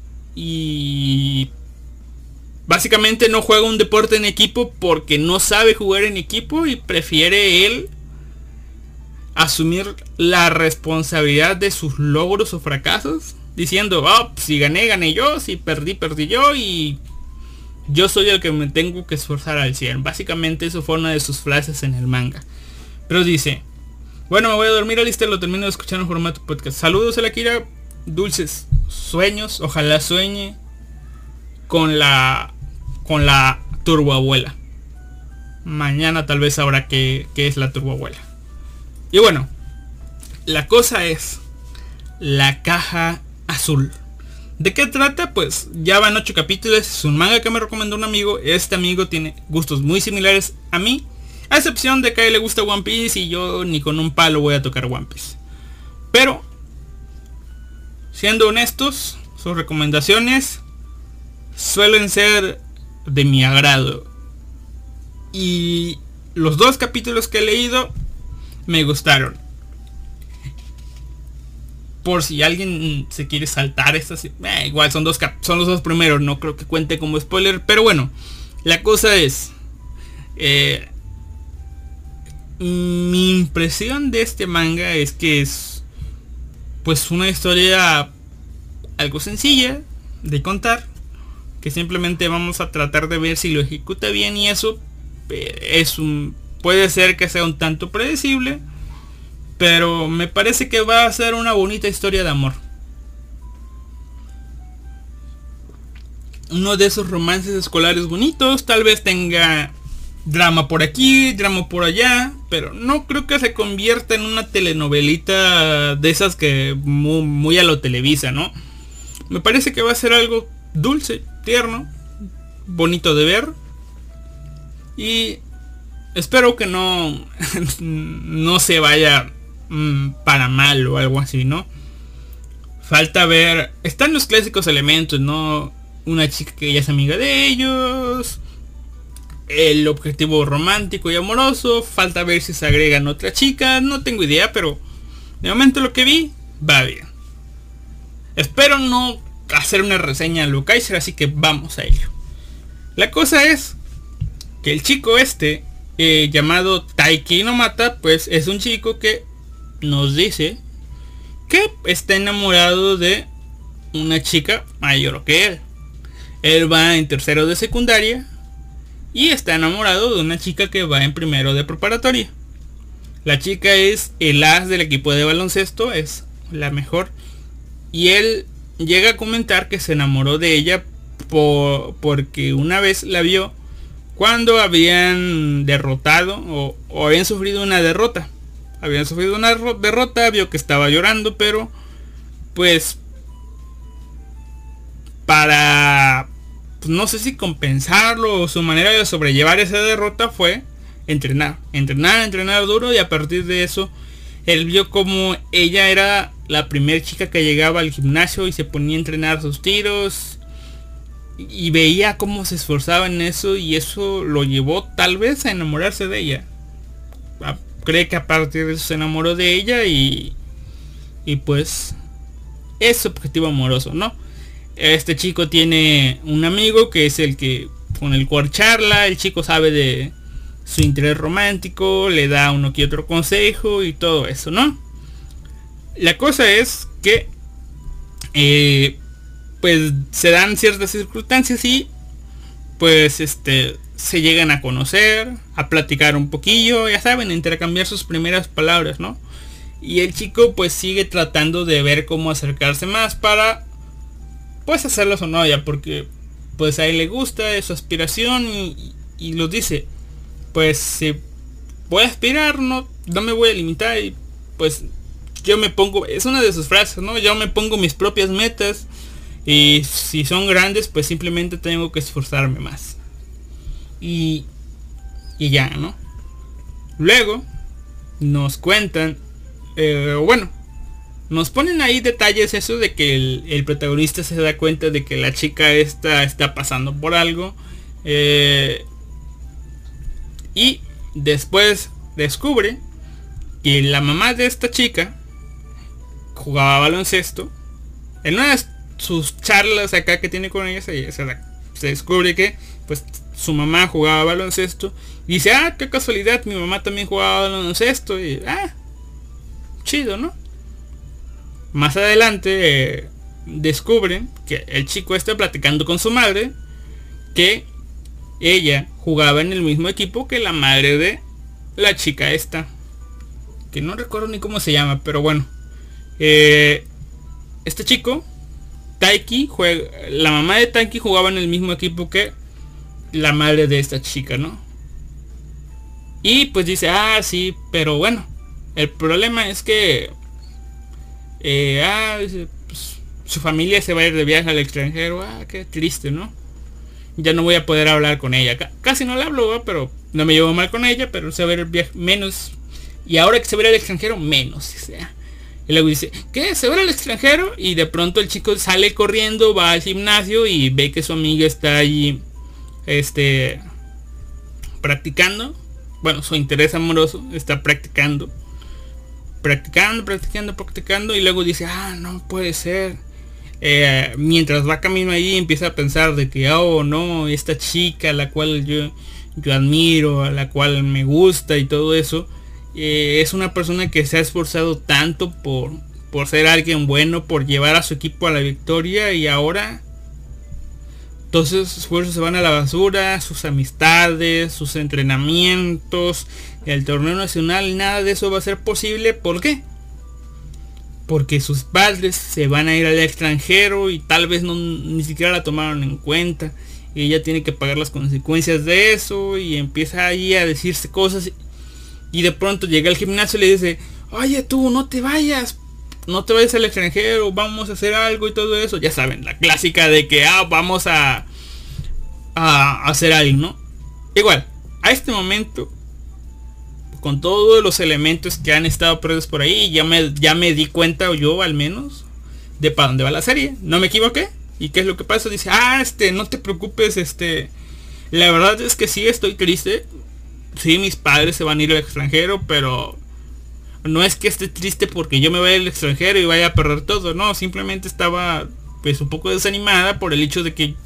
Speaker 1: y básicamente no juega un deporte en equipo porque no sabe jugar en equipo y prefiere él asumir la responsabilidad de sus logros o fracasos, diciendo, oh, si gané, gané yo, si perdí, perdí yo y yo soy el que me tengo que esforzar al cien. Básicamente eso fue una de sus frases en el manga. Pero dice, bueno, me voy a dormir, Alistair, lo termino de escuchar en formato podcast. Saludos a la Kira, dulces sueños, ojalá sueñe con la con la turboabuela. Mañana tal vez sabrá qué, qué es la turboabuela. Y bueno, la cosa es La Caja Azul. ¿De qué trata? Pues ya van ocho capítulos, es un manga que me recomendó un amigo. Este amigo tiene gustos muy similares a mí, a excepción de que a él le gusta One Piece y yo ni con un palo voy a tocar One Piece. Pero, siendo honestos, sus recomendaciones suelen ser de mi agrado. Y los dos capítulos que he leído me gustaron. Por si alguien se quiere saltar estas, eh, igual son dos cap son los dos primeros, no creo que cuente como spoiler. Pero bueno, la cosa es, eh, mi impresión de este manga es que es pues una historia algo sencilla de contar, que simplemente vamos a tratar de ver si lo ejecuta bien, y eso eh, es un puede ser que sea un tanto predecible, pero me parece que va a ser una bonita historia de amor. Uno de esos romances escolares bonitos, tal vez tenga drama por aquí, drama por allá, pero no creo que se convierta en una telenovelita de esas que muy, muy a lo Televisa, ¿no? Me parece que va a ser algo dulce, tierno, bonito de ver, y espero que no no se vaya mmm, para mal o algo así, ¿no? Falta ver, están los clásicos elementos, ¿no? Una chica que ya es amiga de ellos, el objetivo romántico y amoroso. Falta ver si se agregan otras chicas, no tengo idea, pero de momento lo que vi va bien. Espero no hacer una reseña a lo Kaiser, así que vamos a ello. La cosa es que el chico este eh, llamado Taiki Inomata, pues es un chico que nos dice que está enamorado de una chica mayor que él. Él va en tercero de secundaria y está enamorado de una chica que va en primero de preparatoria. La chica es el as del equipo de baloncesto, es la mejor, y él llega a comentar que se enamoró de ella por, porque una vez la vio cuando habían derrotado o, o habían sufrido una derrota. Habían sufrido una derrota, vio que estaba llorando, pero pues para, pues, no sé si compensarlo o su manera de sobrellevar esa derrota fue entrenar, entrenar, entrenar duro, y a partir de eso él vio como ella era la primera chica que llegaba al gimnasio y se ponía a entrenar sus tiros y veía cómo se esforzaba en eso, y eso lo llevó tal vez a enamorarse de ella. Cree que a partir de eso se enamoró de ella y y pues es su objetivo amoroso, ¿no? Este chico tiene un amigo que es el que con el cual charla. El chico sabe de su interés romántico, le da uno que otro consejo y todo eso, ¿no? La cosa es que eh, pues se dan ciertas circunstancias y pues este se llegan a conocer, a platicar un poquillo, ya saben, a intercambiar sus primeras palabras, ¿no? Y el chico pues sigue tratando de ver cómo acercarse más para pues hacerlo su novia, porque pues a él le gusta, es su aspiración y, y lo dice, pues si voy a aspirar, no, no me voy a limitar y pues yo me pongo, es una de sus frases, ¿no? Yo me pongo mis propias metas y si son grandes pues simplemente tengo que esforzarme más. Y, y ya, ¿no? Luego nos cuentan, eh, bueno, nos ponen ahí detalles eso de que el, el protagonista se da cuenta de que la chica esta está pasando por algo. Eh, y después descubre que la mamá de esta chica jugaba baloncesto. En una de sus charlas acá que tiene con ella se, se, se descubre que pues su mamá jugaba baloncesto. Y dice, ah, qué casualidad, mi mamá también jugaba baloncesto. Y ah, chido, ¿no? Más adelante eh, descubren que el chico está platicando con su madre que ella jugaba en el mismo equipo que la madre de la chica esta, que no recuerdo ni cómo se llama, pero bueno, eh, este chico Taiki juega, la mamá de Taiki jugaba en el mismo equipo que la madre de esta chica, ¿no? Y pues dice, ah, sí, pero bueno, el problema es que Eh, ah, pues, su familia se va a ir de viaje al extranjero. Ah, qué triste, ¿no? Ya no voy a poder hablar con ella. C casi no la hablo, ¿no? Pero no me llevo mal con ella, pero se va a ir el viaje menos. Y ahora que se va a ir al extranjero, menos. O sea. Y luego dice, ¿qué? ¿Se va a ir al extranjero? Y de pronto el chico sale corriendo, va al gimnasio y ve que su amiga está allí, este, practicando. Bueno, su interés amoroso está practicando. Practicando, practicando, practicando y luego dice, ah, no puede ser. Eh, mientras va camino ahí empieza a pensar de que, oh no, esta chica a la cual yo, yo admiro, a la cual me gusta y todo eso, eh, es una persona que se ha esforzado tanto por, por ser alguien bueno, por llevar a su equipo a la victoria y ahora todos esos esfuerzos se van a la basura, sus amistades, sus entrenamientos, el torneo nacional, nada de eso va a ser posible. ¿Por qué? Porque sus padres se van a ir al extranjero y tal vez no, ni siquiera la tomaron en cuenta. Y ella tiene que pagar las consecuencias de eso y empieza ahí a decirse cosas. Y de pronto llega al gimnasio y le dice, oye tú, no te vayas. No te vayas al extranjero, vamos a hacer algo y todo eso. Ya saben, la clásica de que ah, vamos a, a hacer algo, ¿no? Igual, a este momento, con todos los elementos que han estado perdidos por ahí, ya me, ya me di cuenta, o yo al menos, de para dónde va la serie. No me equivoqué. ¿Y qué es lo que pasa? Dice, ah, este, no te preocupes, este, la verdad es que sí estoy triste. Sí, mis padres se van a ir al extranjero, pero no es que esté triste porque yo me vaya al extranjero y vaya a perder todo, no, simplemente estaba pues un poco desanimada por el hecho de que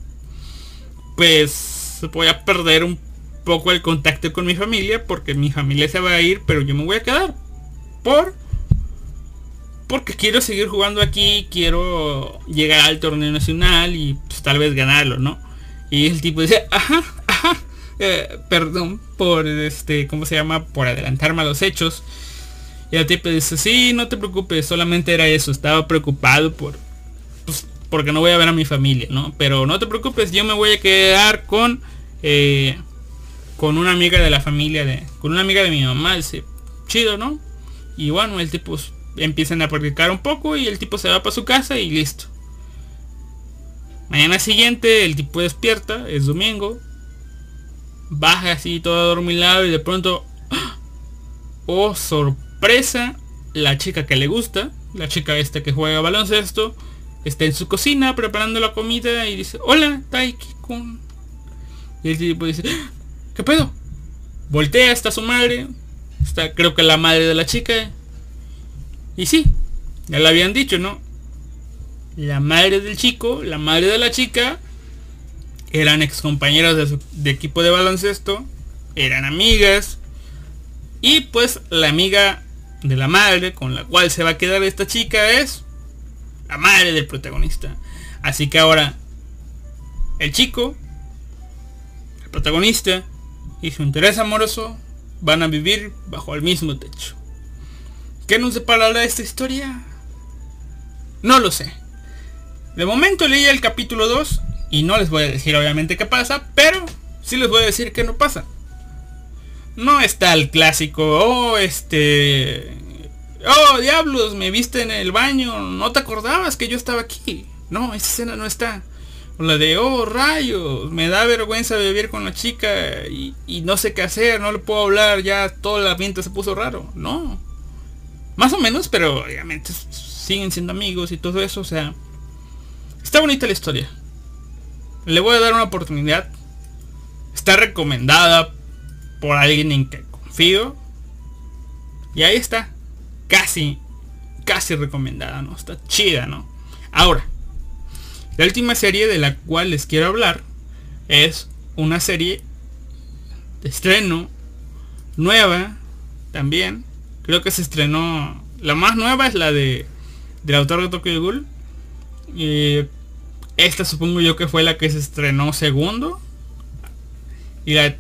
Speaker 1: pues voy a perder un poco el contacto con mi familia porque mi familia se va a ir, pero yo me voy a quedar por porque quiero seguir jugando aquí, quiero llegar al torneo nacional y pues tal vez ganarlo, ¿no? Y el tipo dice, ajá, ajá, eh, perdón por este, ¿cómo se llama? Por adelantarme a los hechos. Y el tipo dice, sí, no te preocupes, solamente era eso, estaba preocupado por, pues, porque no voy a ver a mi familia, ¿no? Pero no te preocupes, yo me voy a quedar con, eh, con una amiga de la familia, de, con una amiga de mi mamá, dice, chido, ¿no? Y bueno, el tipo empiezan a practicar un poco y el tipo se va para su casa y listo. Mañana siguiente el tipo despierta, es domingo, baja así todo adormilado y de pronto, oh sorpresa, Presa, la chica que le gusta, la chica esta que juega baloncesto, está en su cocina preparando la comida y dice, hola, Taiki-kun. Y el tipo dice, ¿qué pedo? Voltea, está su madre, está creo que la madre de la chica. Y sí, ya le habían dicho, ¿no? La madre del chico, la madre de la chica, eran ex compañeros de su de equipo de baloncesto eran amigas. Y pues la amiga de la madre con la cual se va a quedar esta chica es la madre del protagonista. Así que ahora el chico, el protagonista y su interés amoroso van a vivir bajo el mismo techo. ¿Qué nos deparará esta historia? No lo sé. De momento leí el capítulo dos y no les voy a decir obviamente qué pasa, pero sí les voy a decir qué no pasa. No está el clásico, oh, este... oh, diablos, me viste en el baño, no te acordabas que yo estaba aquí. No, esa escena no está. O la de, oh, rayos, me da vergüenza vivir con la chica y, y no sé qué hacer, no le puedo hablar, ya todo el ambiente se puso raro. No. Más o menos, pero obviamente siguen siendo amigos y todo eso, o sea... Está bonita la historia. Le voy a dar una oportunidad. Está recomendada por alguien en que confío. Y ahí está. Casi, casi recomendada, ¿no? Está chida, ¿no? Ahora, la última serie de la cual les quiero hablar es una serie de estreno nueva también. Creo que se estrenó... La más nueva es la de del autor de Tokyo Ghoul. Y esta supongo yo que fue la que se estrenó segundo. Y la,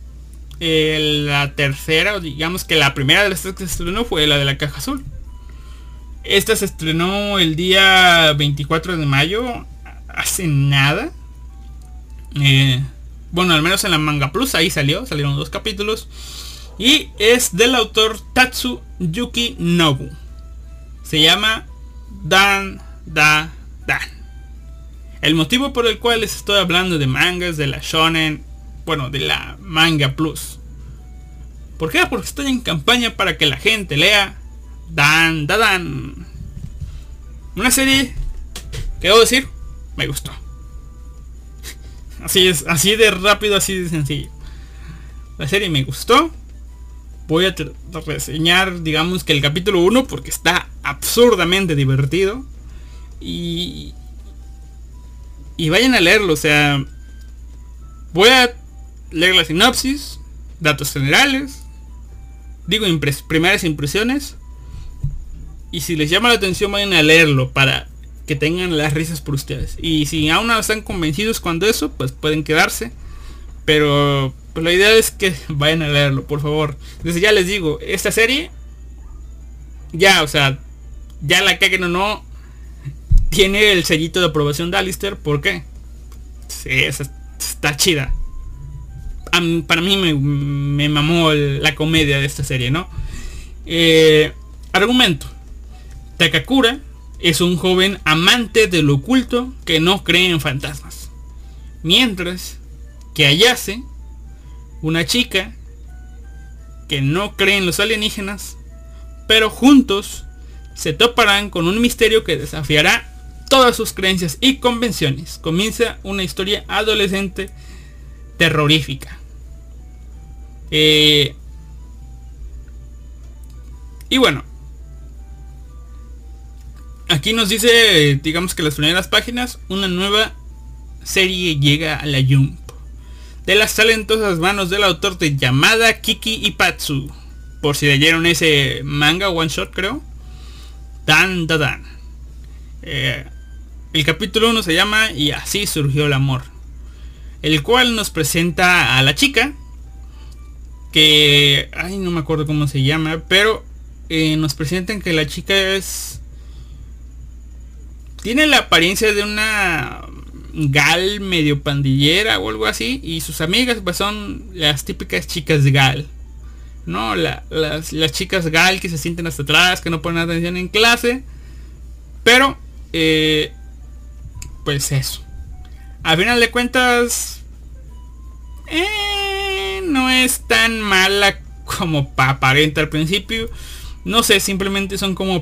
Speaker 1: eh, la tercera, digamos que la primera de las tres que se estrenó fue la de la caja azul. Esta se estrenó el día veinticuatro de mayo. Hace nada. Eh, bueno, al menos en la Manga Plus ahí salió. Salieron dos capítulos. Y es del autor Tatsu Yuki Nobu. Se llama Dan Da Dan. El motivo por el cual les estoy hablando de mangas de la Shonen, bueno, de la Manga Plus. ¿Por qué? Porque estoy en campaña para que la gente lea Dan Da Dan. Una serie que debo decir, me gustó. Así es, así de rápido, así de sencillo. La serie me gustó. Voy a reseñar, digamos que el capítulo uno porque está absurdamente divertido. Y... Y vayan a leerlo, o sea... Voy a leer la sinopsis, datos generales, digo impres primeras impresiones. Y si les llama la atención, vayan a leerlo para que tengan las risas por ustedes. Y si aún no están convencidos cuando eso, pues pueden quedarse. Pero... pues la idea es que vayan a leerlo, por favor. Entonces ya les digo, esta serie ya, o sea, ya la caguen o no, tiene el sellito de aprobación de Alistair. ¿Por qué? Sí, esa, está chida. A mí, para mí me, me mamó el, la comedia de esta serie, ¿no? Eh, argumento. Takakura es un joven amante de lo oculto que no cree en fantasmas. Mientras que Ayase, una chica que no cree en los alienígenas, pero juntos se toparán con un misterio que desafiará todas sus creencias y convenciones. Comienza una historia adolescente terrorífica. Eh, y bueno, aquí nos dice, digamos que las primeras páginas, una nueva serie llega a la Jump de las talentosas manos del autor de Yamada Kiki Ipatsu. Por si leyeron ese manga one shot, creo. Dan Da Dan. Eh, el capítulo uno se llama Y así surgió el amor, el cual nos presenta a la chica que... ay, no me acuerdo cómo se llama, pero eh, nos presentan que la chica es... tiene la apariencia de una gal medio pandillera o algo así, y sus amigas pues son las típicas chicas gal, ¿no? La, las, las chicas gal que se sienten hasta atrás, que no ponen atención en clase, pero eh, pues eso, al final de cuentas eh, no es tan mala como aparenta al principio. No sé, simplemente son como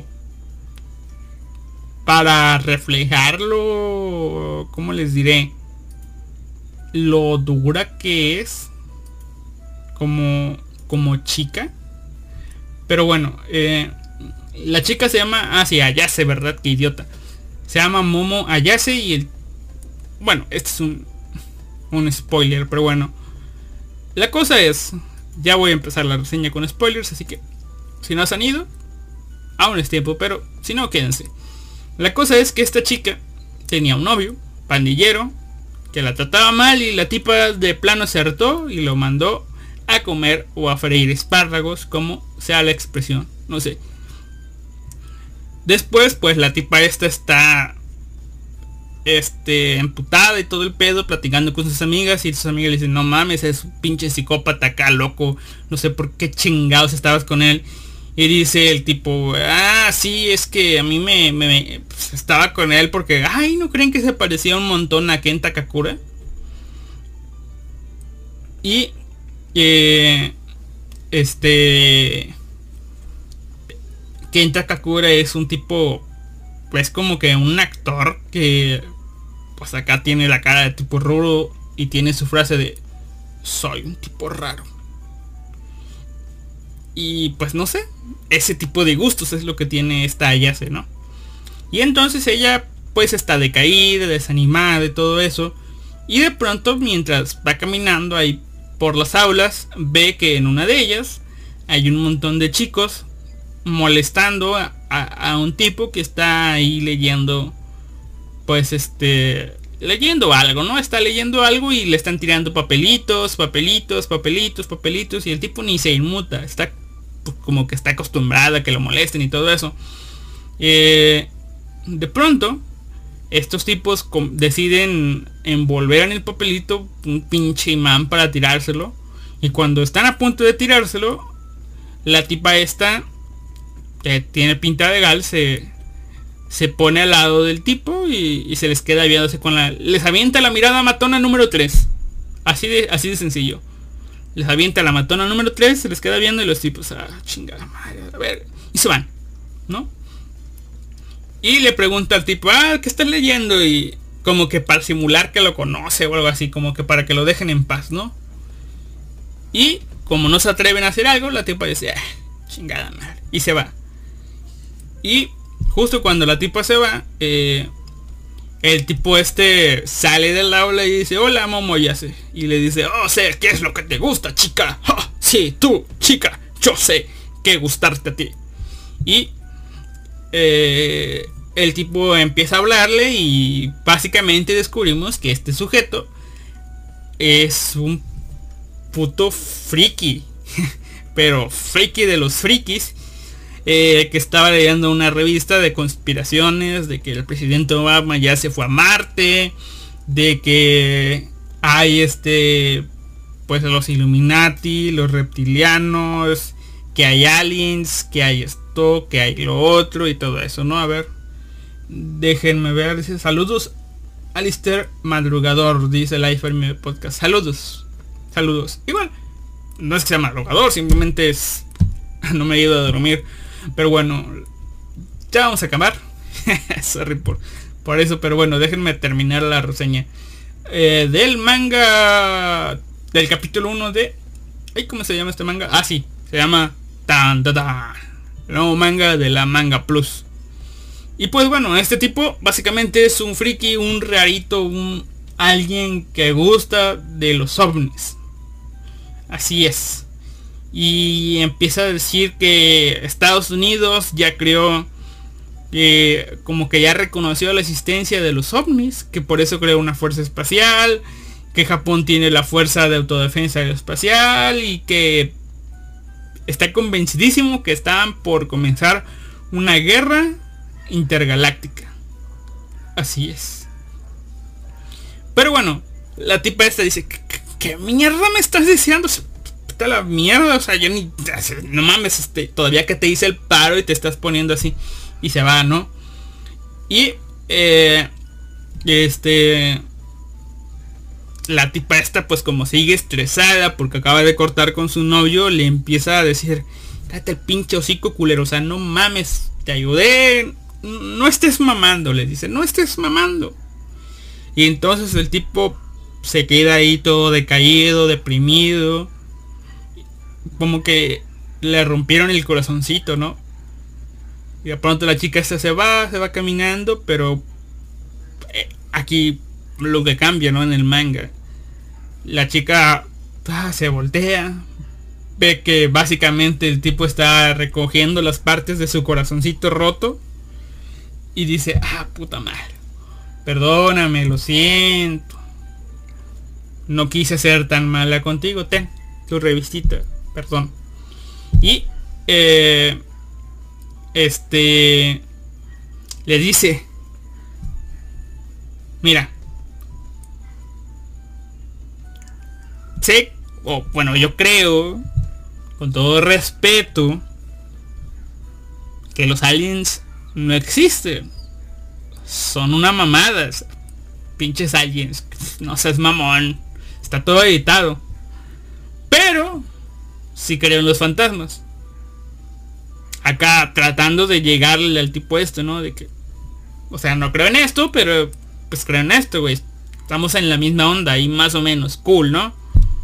Speaker 1: para reflejarlo, ¿cómo les diré? Lo dura que es como, como chica. Pero bueno, eh, la chica se llama... ah, sí, Ayase, ¿verdad? Qué idiota. Se llama Momo Ayase y el... bueno, este es un, un spoiler, pero bueno. La cosa es, ya voy a empezar la reseña con spoilers, así que si no se han ido, aún es tiempo, pero si no, quédense. La cosa es que esta chica tenía un novio, pandillero, que la trataba mal y la tipa de plano se hartó y lo mandó a comer o a freír espárragos, como sea la expresión, no sé. Después pues la tipa esta está este emputada y todo el pedo, platicando con sus amigas, y sus amigas le dicen, no mames, es un pinche psicópata acá, loco, no sé por qué chingados estabas con él. Y dice el tipo, ah, sí, es que a mí me, me, me pues, estaba con él porque, ay, ¿no creen que se parecía un montón a Ken Takakura? Y eh, este Ken Takakura es un tipo, pues como que un actor que pues acá tiene la cara de tipo raro y tiene su frase de soy un tipo raro. Y pues no sé, ese tipo de gustos es lo que tiene esta Ayase, ¿no? Y entonces ella pues está decaída, desanimada y todo eso. Y de pronto mientras va caminando ahí por las aulas, ve que en una de ellas hay un montón de chicos molestando a, a, a un tipo que está ahí leyendo, pues este, leyendo algo, ¿no? Está leyendo algo y le están tirando papelitos, papelitos, papelitos, papelitos, y el tipo ni se inmuta, está pues, como que está acostumbrada a que lo molesten y todo eso. Eh, de pronto estos tipos deciden envolver en el papelito un pinche imán para tirárselo, y cuando están a punto de tirárselo, la tipa esta, que tiene pinta de gal, se, se pone al lado del tipo y, y se les queda viéndose con la... Les avienta la mirada matona número tres. Así de, así de sencillo. Les avienta la matona número tres, se les queda viendo y los tipos, ah, chingada madre, a ver. Y se van, ¿no? Y le pregunta al tipo, ah, ¿qué estás leyendo? Y como que para simular que lo conoce o algo así, como que para que lo dejen en paz, ¿no? Y como no se atreven a hacer algo, la tipa dice, ah, chingada madre. Y se va. Y justo cuando la tipa se va, eh, el tipo este sale del aula y dice, hola Momoyase. Y le dice, oh, sé qué es lo que te gusta, chica. ¡Ja! Sí, tú, chica, yo sé qué gustarte a ti. Y eh, el tipo empieza a hablarle y básicamente descubrimos que este sujeto es un puto friki. Pero friki de los frikis. Eh, que estaba leyendo una revista de conspiraciones, de que el presidente Obama ya se fue a Marte, de que hay este, pues los Illuminati, los reptilianos, que hay aliens, que hay esto, que hay lo otro y todo eso, ¿no? A ver, déjenme ver, dice, saludos Alistair Madrugador, dice Life en mi podcast, saludos, saludos, igual, no es que sea madrugador, simplemente es, no me he ido a dormir. Pero bueno, ya vamos a acabar. Sorry por, por eso, pero bueno, déjenme terminar la reseña eh, del manga, del capítulo uno de... Ay, ¿cómo se llama este manga? Ah, sí, se llama Tan Ta Ta, el nuevo manga de la Manga Plus. Y pues bueno, este tipo básicamente es un friki, un rarito, un alguien que gusta de los ovnis. Así es. Y empieza a decir que Estados Unidos ya creó, eh, como que ya reconoció la existencia de los ovnis, que por eso creó una fuerza espacial, que Japón tiene la fuerza de autodefensa aeroespacial y que está convencidísimo que están por comenzar una guerra intergaláctica. Así es. Pero bueno, la tipa esta dice, ¿qué, qué mierda me estás diciendo? La mierda, o sea, yo ni, no mames, este, todavía que te hice el paro y te estás poniendo así, y se va, ¿no? Y eh, este la tipa esta, pues como sigue estresada porque acaba de cortar con su novio, le empieza a decir, cállate el pinche hocico, culero, o sea, no mames, te ayudé, no estés mamando, le dice, no estés mamando. Y entonces el tipo se queda ahí todo decaído, deprimido, como que le rompieron el corazoncito, ¿no? Y de pronto la chica esta se va, se va caminando, pero eh, aquí lo que cambia, ¿no? En el manga, la chica Ah, se voltea. Ve que básicamente el tipo está recogiendo las partes de su corazoncito roto. Y dice, ah, puta madre. Perdóname, lo siento. No quise ser tan mala contigo. Ten, tu revistita. Perdón. Y eh, este le dice, mira, sé, o bueno, yo creo, con todo respeto, que los aliens no existen. Son una mamada. Pinches aliens. No seas mamón. Está todo editado. Pero sí creo en los fantasmas. Acá tratando de llegarle al tipo esto, ¿no? De que, o sea, no creo en esto, pero pues creo en esto, güey. Estamos en la misma onda ahí más o menos. Cool, ¿no?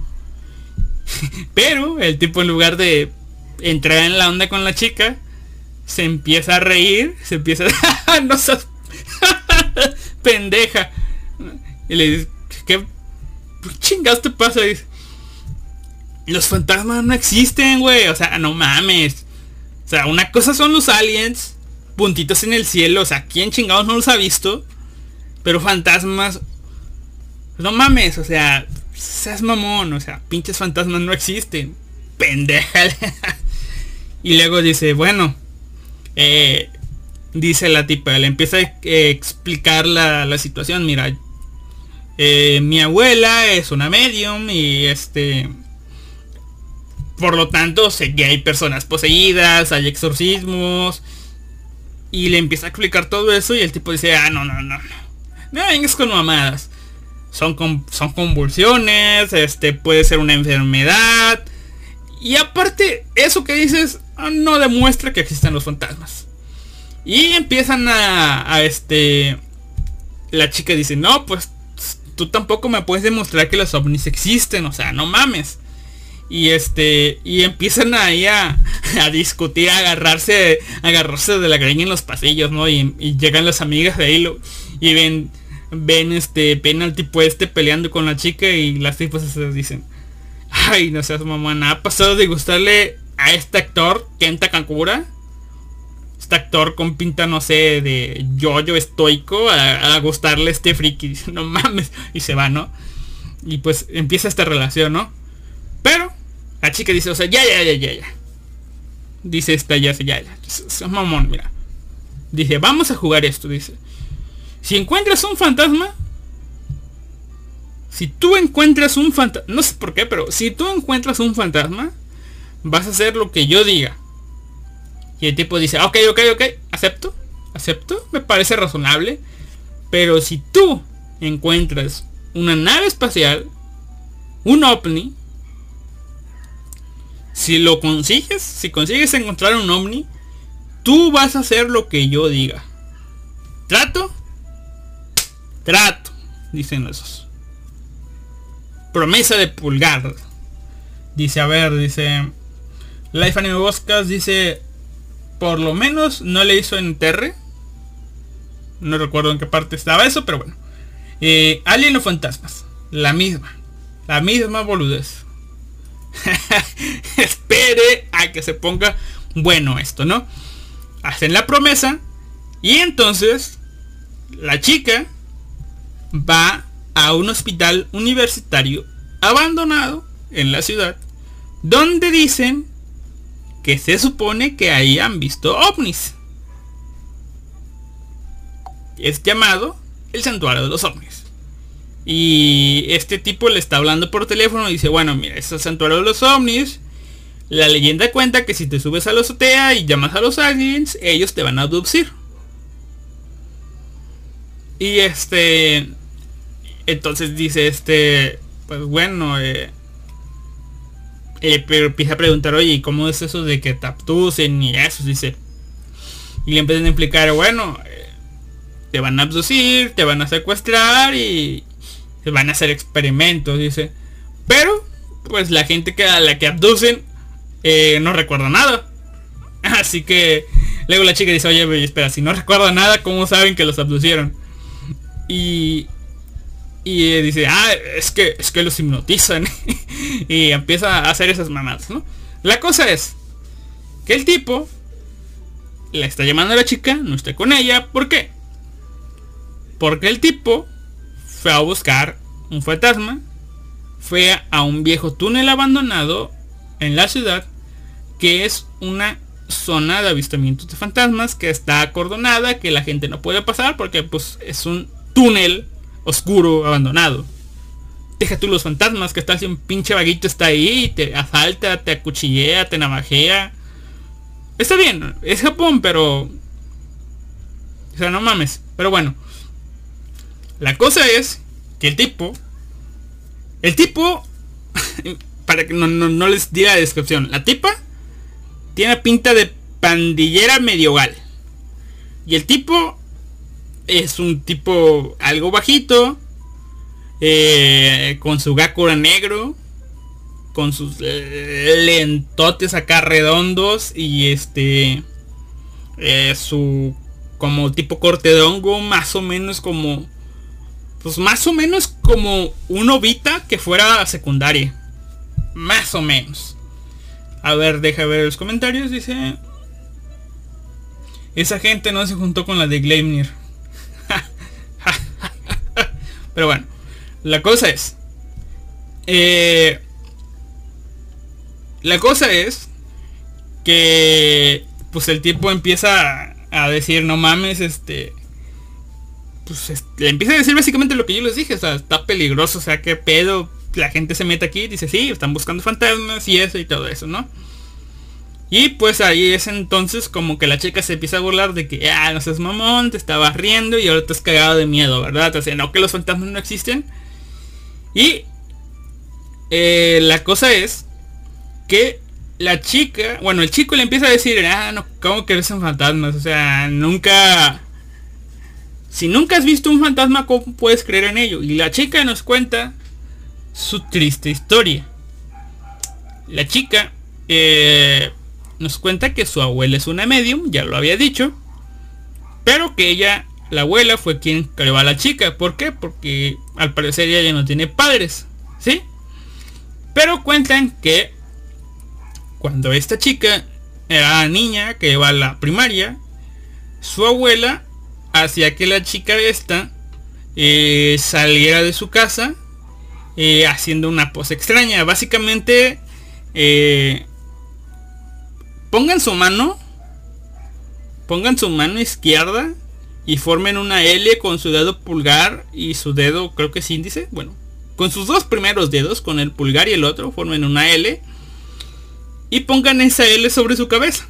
Speaker 1: Pero el tipo, en lugar de entrar en la onda con la chica, se empieza a reír. Se empieza a... no seas pendeja. Y le dice, ¿qué chingados te pasa? Dice, los fantasmas no existen, güey. O sea, no mames. O sea, una cosa son los aliens, puntitos en el cielo. O sea, ¿quién chingados no los ha visto? Pero fantasmas, no mames. O sea, seas mamón. O sea, pinches fantasmas no existen. Pendeja. Y luego dice, bueno, eh, dice la tipa, le empieza a eh, explicar la, la situación. Mira, eh, mi abuela es una medium y este, por lo tanto sé que hay personas poseídas, hay exorcismos. Y le empieza a explicar todo eso y el tipo dice, ah, no, no, no, no, no vengas con mamadas. Son, con, son convulsiones, este, puede ser una enfermedad. Y aparte, eso que dices no demuestra que existen los fantasmas. Y empiezan a, a este... La chica dice, no, pues tú tampoco me puedes demostrar que los ovnis existen, o sea, no mames. Y este... Y empiezan ahí a, a discutir, a agarrarse, a agarrarse de la greña en los pasillos, ¿no? Y, y llegan las amigas de Halo y ven, ven este, ven al tipo este peleando con la chica y las tipas se dicen, ay, no seas mamá, ¿ha pasado de gustarle a este actor, Kenta Kakura? Este actor con pinta, no sé, de yo-yo estoico, a, a gustarle este friki. Dice, no mames. Y se va, ¿no? Y pues empieza esta relación, ¿no? Pero la chica dice, o sea, ya, ya, ya, ya, ya. Dice esta, ya, ya, ya. Es mamón, mira. Dice, vamos a jugar esto, dice. Si encuentras un fantasma, si tú encuentras un fantasma, no sé por qué, pero si tú encuentras un fantasma, vas a hacer lo que yo diga. Y el tipo dice, ok, ok, ok, acepto, acepto, me parece razonable. Pero si tú encuentras una nave espacial, un ovni, si lo consigues, si consigues encontrar un ovni, tú vas a hacer lo que yo diga. ¿Trato? Trato, dicen esos. Promesa de pulgar. Dice, a ver, dice Life Anime Boscas, dice, por lo menos no le hizo en Terre. No recuerdo en qué parte estaba eso, pero bueno. eh, Alien o fantasmas, la misma, la misma boludez. Espere a que se ponga bueno esto, ¿no? Hacen la promesa y entonces la chica va a un hospital universitario abandonado en la ciudad, donde dicen que se supone que ahí han visto ovnis. Es llamado el santuario de los ovnis. Y este tipo le está hablando por teléfono y dice, bueno, mira, es el santuario de los ovnis. La leyenda cuenta que si te subes a la azotea y llamas a los aliens, ellos te van a abducir. Y este... Entonces dice este... Pues bueno, eh, eh, pero empieza a preguntar, oye, ¿cómo es eso de que te abducen y eso? Dice. Y le empiezan a explicar, bueno, eh, te van a abducir, te van a secuestrar y se van a hacer experimentos, dice. Pero, pues la gente que a la que abducen eh, no recuerda nada. Así que luego la chica dice, oye, espera, si no recuerda nada, ¿cómo saben que los abducieron? Y... Y eh, dice, ah, es que es que los hipnotizan. Y empieza a hacer esas mamadas, ¿no? La cosa es que el tipo la está llamando a la chica, no está con ella. ¿Por qué? Porque el tipo fue a buscar un fantasma, fue a un viejo túnel abandonado en la ciudad, que es una zona de avistamientos de fantasmas que está acordonada, que la gente no puede pasar porque pues es un túnel oscuro abandonado. Deja tú los fantasmas, que está así un pinche vaguito está ahí y te asalta, te acuchillea, te navajea. Está bien, es Japón, pero... O sea, no mames. Pero bueno. La cosa es que el tipo... El tipo... para que no, no, no les diga la descripción. La tipa tiene pinta de pandillera medieval. Y el tipo es un tipo algo bajito. Eh, con su gakura negro. Con sus lentotes acá redondos. Y este... Eh, su... Como tipo corte de hongo. Más o menos como... Pues más o menos como un ovita que fuera secundaria. Más o menos. A ver, deja ver los comentarios. Dice... Esa gente no se juntó con la de Gleimnir. Pero bueno. La cosa es... Eh... La cosa es que pues el tipo empieza a, a decir, no mames, este, pues este, le empieza a decir básicamente lo que yo les dije, o sea, está peligroso, o sea, qué pedo, la gente se mete aquí, dice, sí, están buscando fantasmas y eso y todo eso, ¿no? Y pues ahí es entonces como que la chica se empieza a burlar de que, ah, no seas mamón, te estabas riendo y ahora te has cagado de miedo, ¿verdad? O sea, no, que los fantasmas no existen. Y eh, la cosa es que la chica, bueno, el chico le empieza a decir, ah, no, ¿cómo que eres un fantasmas? O sea, nunca... Si nunca has visto un fantasma, ¿cómo puedes creer en ello? Y la chica nos cuenta su triste historia. La chica eh, nos cuenta que su abuela es una medium, ya lo había dicho, pero que ella, la abuela, fue quien creó a la chica. ¿Por qué? Porque al parecer ella ya no tiene padres, ¿sí? Pero cuentan que cuando esta chica era niña, que iba a la primaria, su abuela hacía que la chica esta eh, saliera de su casa eh, haciendo una pose extraña. Básicamente eh, pongan su mano, pongan su mano izquierda y formen una L con su dedo pulgar y su dedo, creo que es índice, bueno, con sus dos primeros dedos, con el pulgar y el otro, formen una L. Y pongan esa L sobre su cabeza.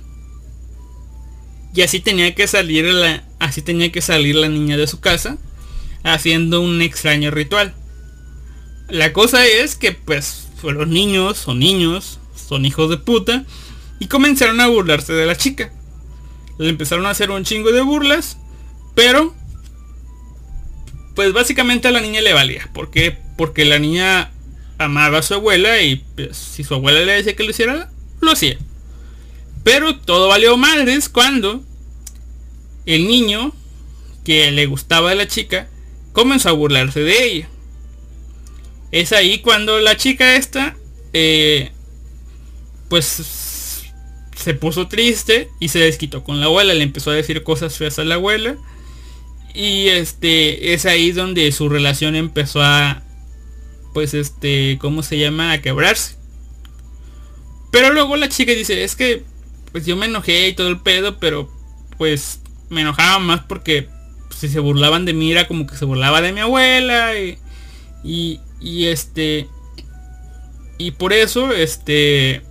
Speaker 1: Y así tenía que salir la, así tenía que salir la niña de su casa, haciendo un extraño ritual. La cosa es que pues fueron niños, son niños, son hijos de puta, y comenzaron a burlarse de la chica. Le empezaron a hacer un chingo de burlas, pero pues básicamente a la niña le valía. ¿Por qué? Porque la niña amaba a su abuela y pues, si su abuela le decía que lo hiciera, lo hacía. Pero todo valió madres cuando el niño que le gustaba a la chica comenzó a burlarse de ella. Es ahí cuando la chica esta eh, pues se puso triste y se desquitó con la abuela. Le empezó a decir cosas feas a la abuela. Y este es ahí donde su relación empezó a, pues este, ¿cómo se llama? A quebrarse. Pero luego la chica dice, es que pues yo me enojé y todo el pedo, pero pues me enojaba más porque pues, si se burlaban de mí era como que se burlaba de mi abuela y, y, y este y por eso este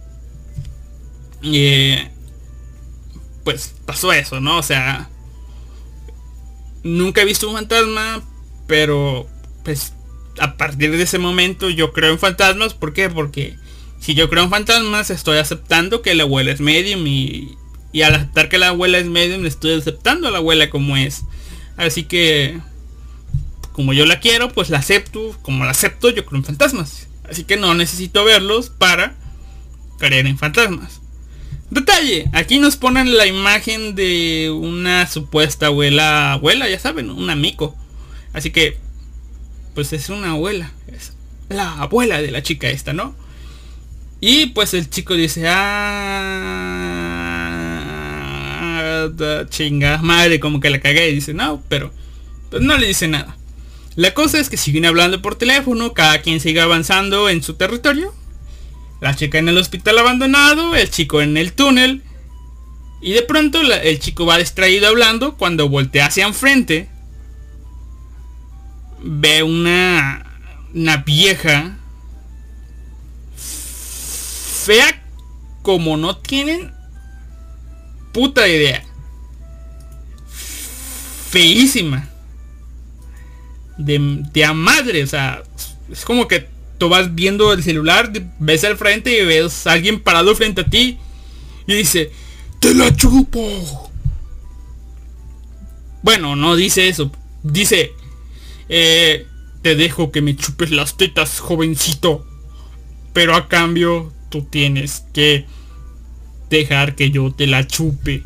Speaker 1: eh, pues pasó eso, ¿no? O sea, nunca he visto un fantasma, pero pues a partir de ese momento yo creo en fantasmas. ¿Por qué? Porque si yo creo en fantasmas, estoy aceptando que la abuela es medium y, y al aceptar que la abuela es medium, estoy aceptando a la abuela como es. Así que, como yo la quiero, pues la acepto. Como la acepto, yo creo en fantasmas. Así que no necesito verlos para creer en fantasmas. Detalle, aquí nos ponen la imagen de una supuesta abuela, abuela, ya saben, una mico. Así que, pues es una abuela, es la abuela de la chica esta, ¿no? Y pues el chico dice, ah, chinga madre, como que la cagué, y dice, no, pero pues no le dice nada. La cosa es que siguen hablando por teléfono, cada quien sigue avanzando en su territorio. La chica en el hospital abandonado, el chico en el túnel. Y de pronto la, el chico va distraído hablando. Cuando voltea hacia enfrente, ve una, una vieja fea como no tienen puta idea. Feísima. De, de a madre, o sea, es como que tú vas viendo el celular, ves al frente y ves a alguien parado frente a ti y dice, ¡te la chupo! Bueno, no dice eso, dice, eh, te dejo que me chupes las tetas, jovencito, pero a cambio tú tienes que dejar que yo te la chupe.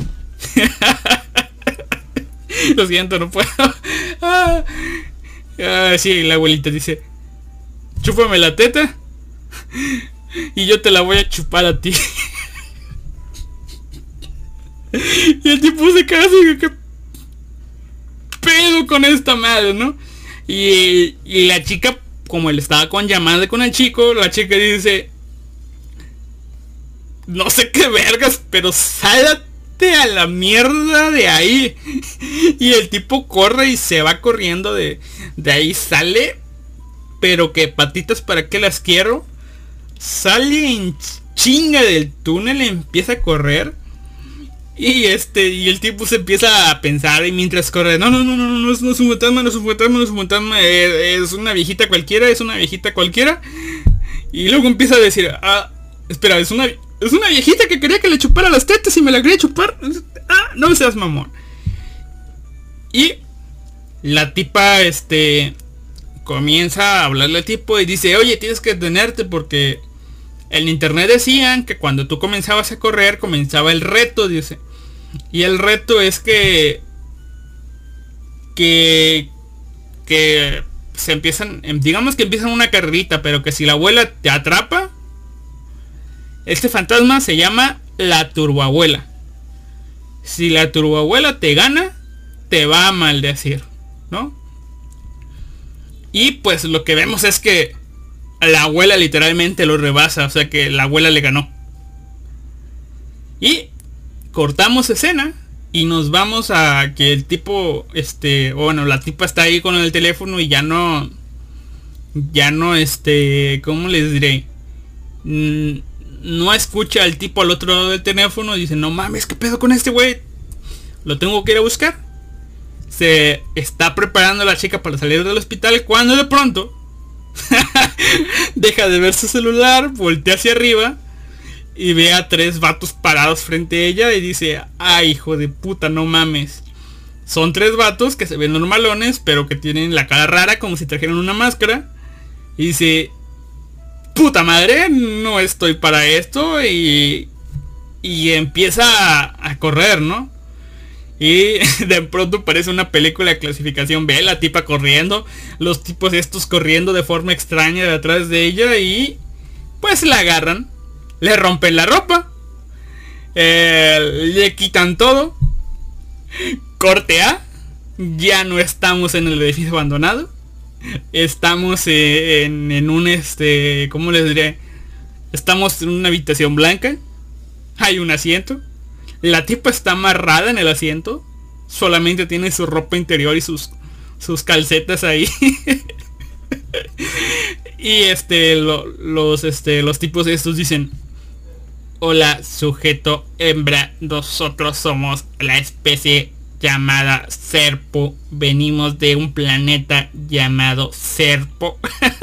Speaker 1: Lo siento, no puedo. ah, ah, sí, la abuelita dice, chúpame la teta y yo te la voy a chupar a ti. Y el tipo se queda así, ¿qué pedo con esta madre, no? Y, y la chica, como él estaba con llamada con el chico, la chica dice, no sé qué vergas, pero sálate a la mierda de ahí. Y el tipo corre y se va corriendo de, de ahí, sale, pero que patitas para qué las quiero. Sale en chinga del túnel, empieza a correr. Y este, y el tipo se empieza a pensar y mientras corre, no, no, no, no, no, no, es, no es un fantasma, no es un fantasma, no es un fantasma, es, es una viejita cualquiera, es una viejita cualquiera. Y luego empieza a decir, ah, espera, es una, es una viejita que quería que le chupara las tetas y me la quería chupar. Ah, no seas mamón. Y la tipa, este, comienza a hablarle al tipo y dice, oye, tienes que detenerte porque en internet decían que cuando tú comenzabas a correr, comenzaba el reto, dice. Y el reto es que... Que... Que se empiezan... Digamos que empiezan una carrerita, pero que si la abuela te atrapa, este fantasma se llama la turboabuela. Si la turboabuela te gana, te va a maldecir, ¿no? Y pues lo que vemos es que la abuela literalmente lo rebasa, o sea que la abuela le ganó. Y cortamos escena y nos vamos a que el tipo, este, bueno, la tipa está ahí con el teléfono y ya no, ya no, este, ¿cómo les diré? No escucha al tipo al otro lado del teléfono y dice, no mames, ¿qué pedo con este güey? Lo tengo que ir a buscar. Se está preparando la chica para salir del hospital cuando de pronto deja de ver su celular, voltea hacia arriba y ve a tres vatos parados frente a ella y dice, ay, hijo de puta, no mames. Son tres vatos que se ven normalones, pero que tienen la cara rara como si trajeran una máscara. Y dice, puta madre, no estoy para esto. Y, y empieza a, a correr, ¿no? Y de pronto parece una película de clasificación B, la tipa corriendo, los tipos estos corriendo de forma extraña detrás de ella y pues la agarran, le rompen la ropa, eh, le quitan todo, corte A, ya no estamos en el edificio abandonado, estamos eh, en, en un este, ¿cómo les diré? Estamos en una habitación blanca, hay un asiento. La tipa está amarrada en el asiento. Solamente tiene su ropa interior y sus, sus calcetas ahí. Y este lo, los este los tipos estos dicen, hola sujeto hembra, nosotros somos la especie llamada Serpo. Venimos de un planeta llamado Serpo.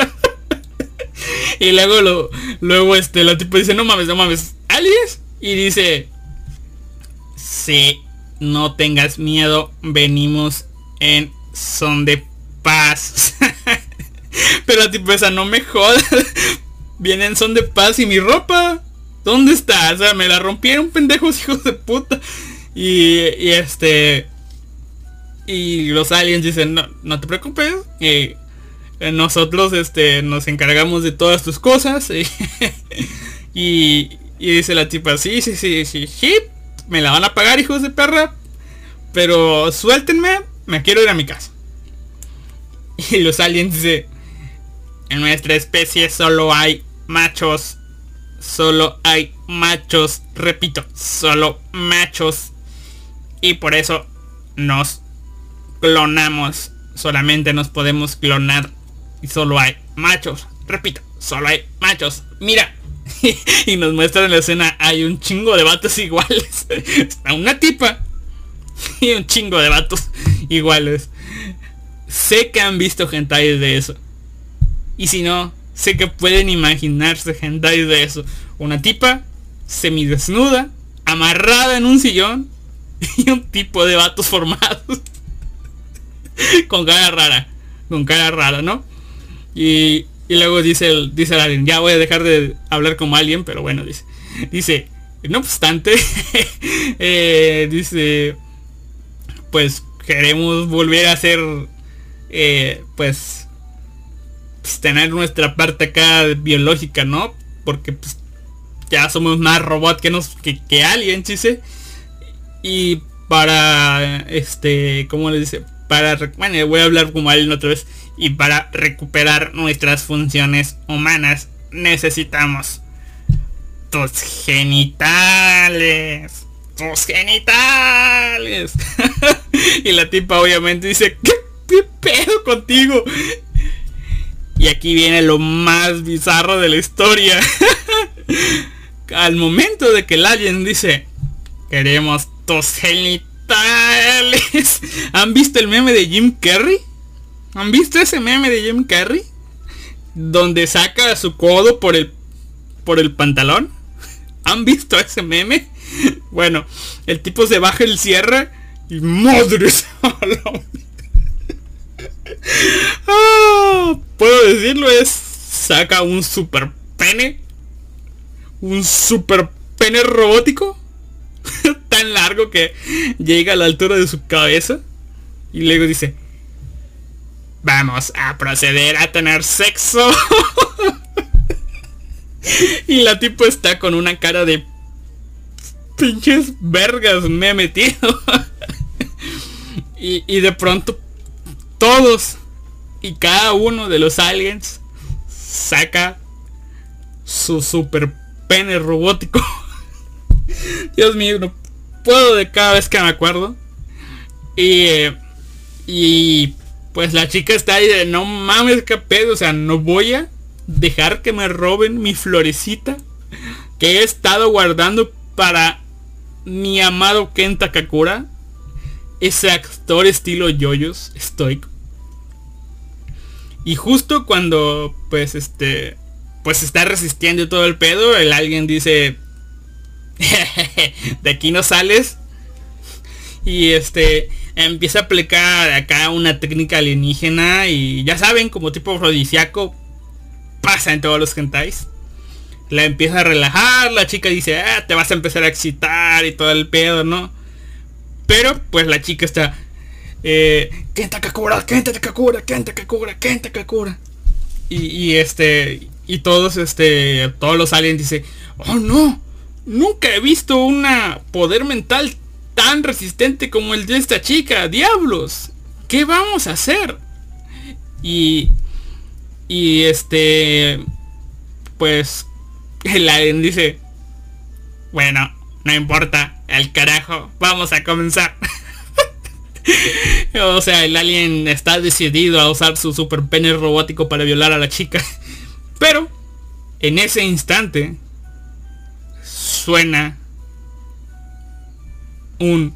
Speaker 1: Y luego lo, luego este la tipa dice, no mames, no mames, ¿aliens? Y dice, sí, no tengas miedo, venimos en son de paz. Pero la tipa esa, no me jodas, vienen son de paz y mi ropa, ¿dónde está? O sea, me la rompieron, pendejos hijos de puta. Y, y este y los aliens dicen, no, no te preocupes, eh, nosotros este nos encargamos de todas tus cosas. Y, y, y dice la tipa, sí, sí, sí, sí, sí, me la van a pagar, hijos de perra, pero suéltenme, me quiero ir a mi casa. Y los aliens dice, en nuestra especie solo hay machos, solo hay machos, repito, solo machos, y por eso nos clonamos, solamente nos podemos clonar y solo hay machos, repito, solo hay machos, mira. Y nos muestran en la escena, hay un chingo de vatos iguales. Está una tipa y un chingo de vatos iguales. Sé que han visto hentai de eso, y si no, sé que pueden imaginarse hentai de eso. Una tipa semidesnuda, amarrada en un sillón, y un tipo de vatos formados con cara rara, con cara rara, ¿no? Y, y luego dice el, dice el alien, ya voy a dejar de hablar como alien, pero bueno, dice, dice, no obstante, eh, dice, pues queremos volver a ser, eh, pues, pues, tener nuestra parte acá biológica, ¿no? Porque pues, ya somos más robot que, nos, que, que alien, chise. Y para, este, ¿cómo le dice? Para, bueno, voy a hablar como alien otra vez. Y para recuperar nuestras funciones humanas necesitamos tus genitales. Tus genitales. Y la tipa obviamente dice, ¿qué, qué pedo contigo? Y aquí viene lo más bizarro de la historia. Al momento de que el alien dice, queremos tus genitales. ¿Han visto el meme de Jim Carrey? ¿Han visto ese meme de Jim Carrey? Donde saca su codo por el por el pantalón. ¿Han visto ese meme? Bueno, el tipo se baja el cierre y madres. Ah, puedo decirlo, es saca un super pene. Un super pene robótico. Tan largo que llega a la altura de su cabeza. Y luego dice, vamos a proceder a tener sexo. Y la tipo está con una cara de pinches vergas me he metido. y, y de pronto todos y cada uno de los aliens saca su super pene robótico. Dios mío, no puedo de cada vez que me acuerdo. Y eh, y pues la chica está ahí de no mames, qué pedo, o sea, no voy a dejar que me roben mi florecita que he estado guardando para mi amado Kenta Kakura, ese actor estilo yoyos estoico. Y justo cuando pues este pues está resistiendo todo el pedo, el alguien dice, de aquí no sales. Y este empieza a aplicar acá una técnica alienígena. Y ya saben, como tipo afrodisíaco, pasa en todos los hentais. La empieza a relajar, la chica dice, ah, te vas a empezar a excitar y todo el pedo, ¿no? Pero pues la chica está, eh, Kenta Kakura, Kenta Kakura, Kenta Kakura, Kenta Kakura. Y, y este, y todos este, todos los aliens dicen, oh no, nunca he visto una poder mental tan resistente como el de esta chica, diablos, ¿qué vamos a hacer? Y, y este, pues el alien dice, bueno, no importa, al carajo, vamos a comenzar. O sea, el alien está decidido a usar su super pene robótico para violar a la chica. Pero en ese instante suena un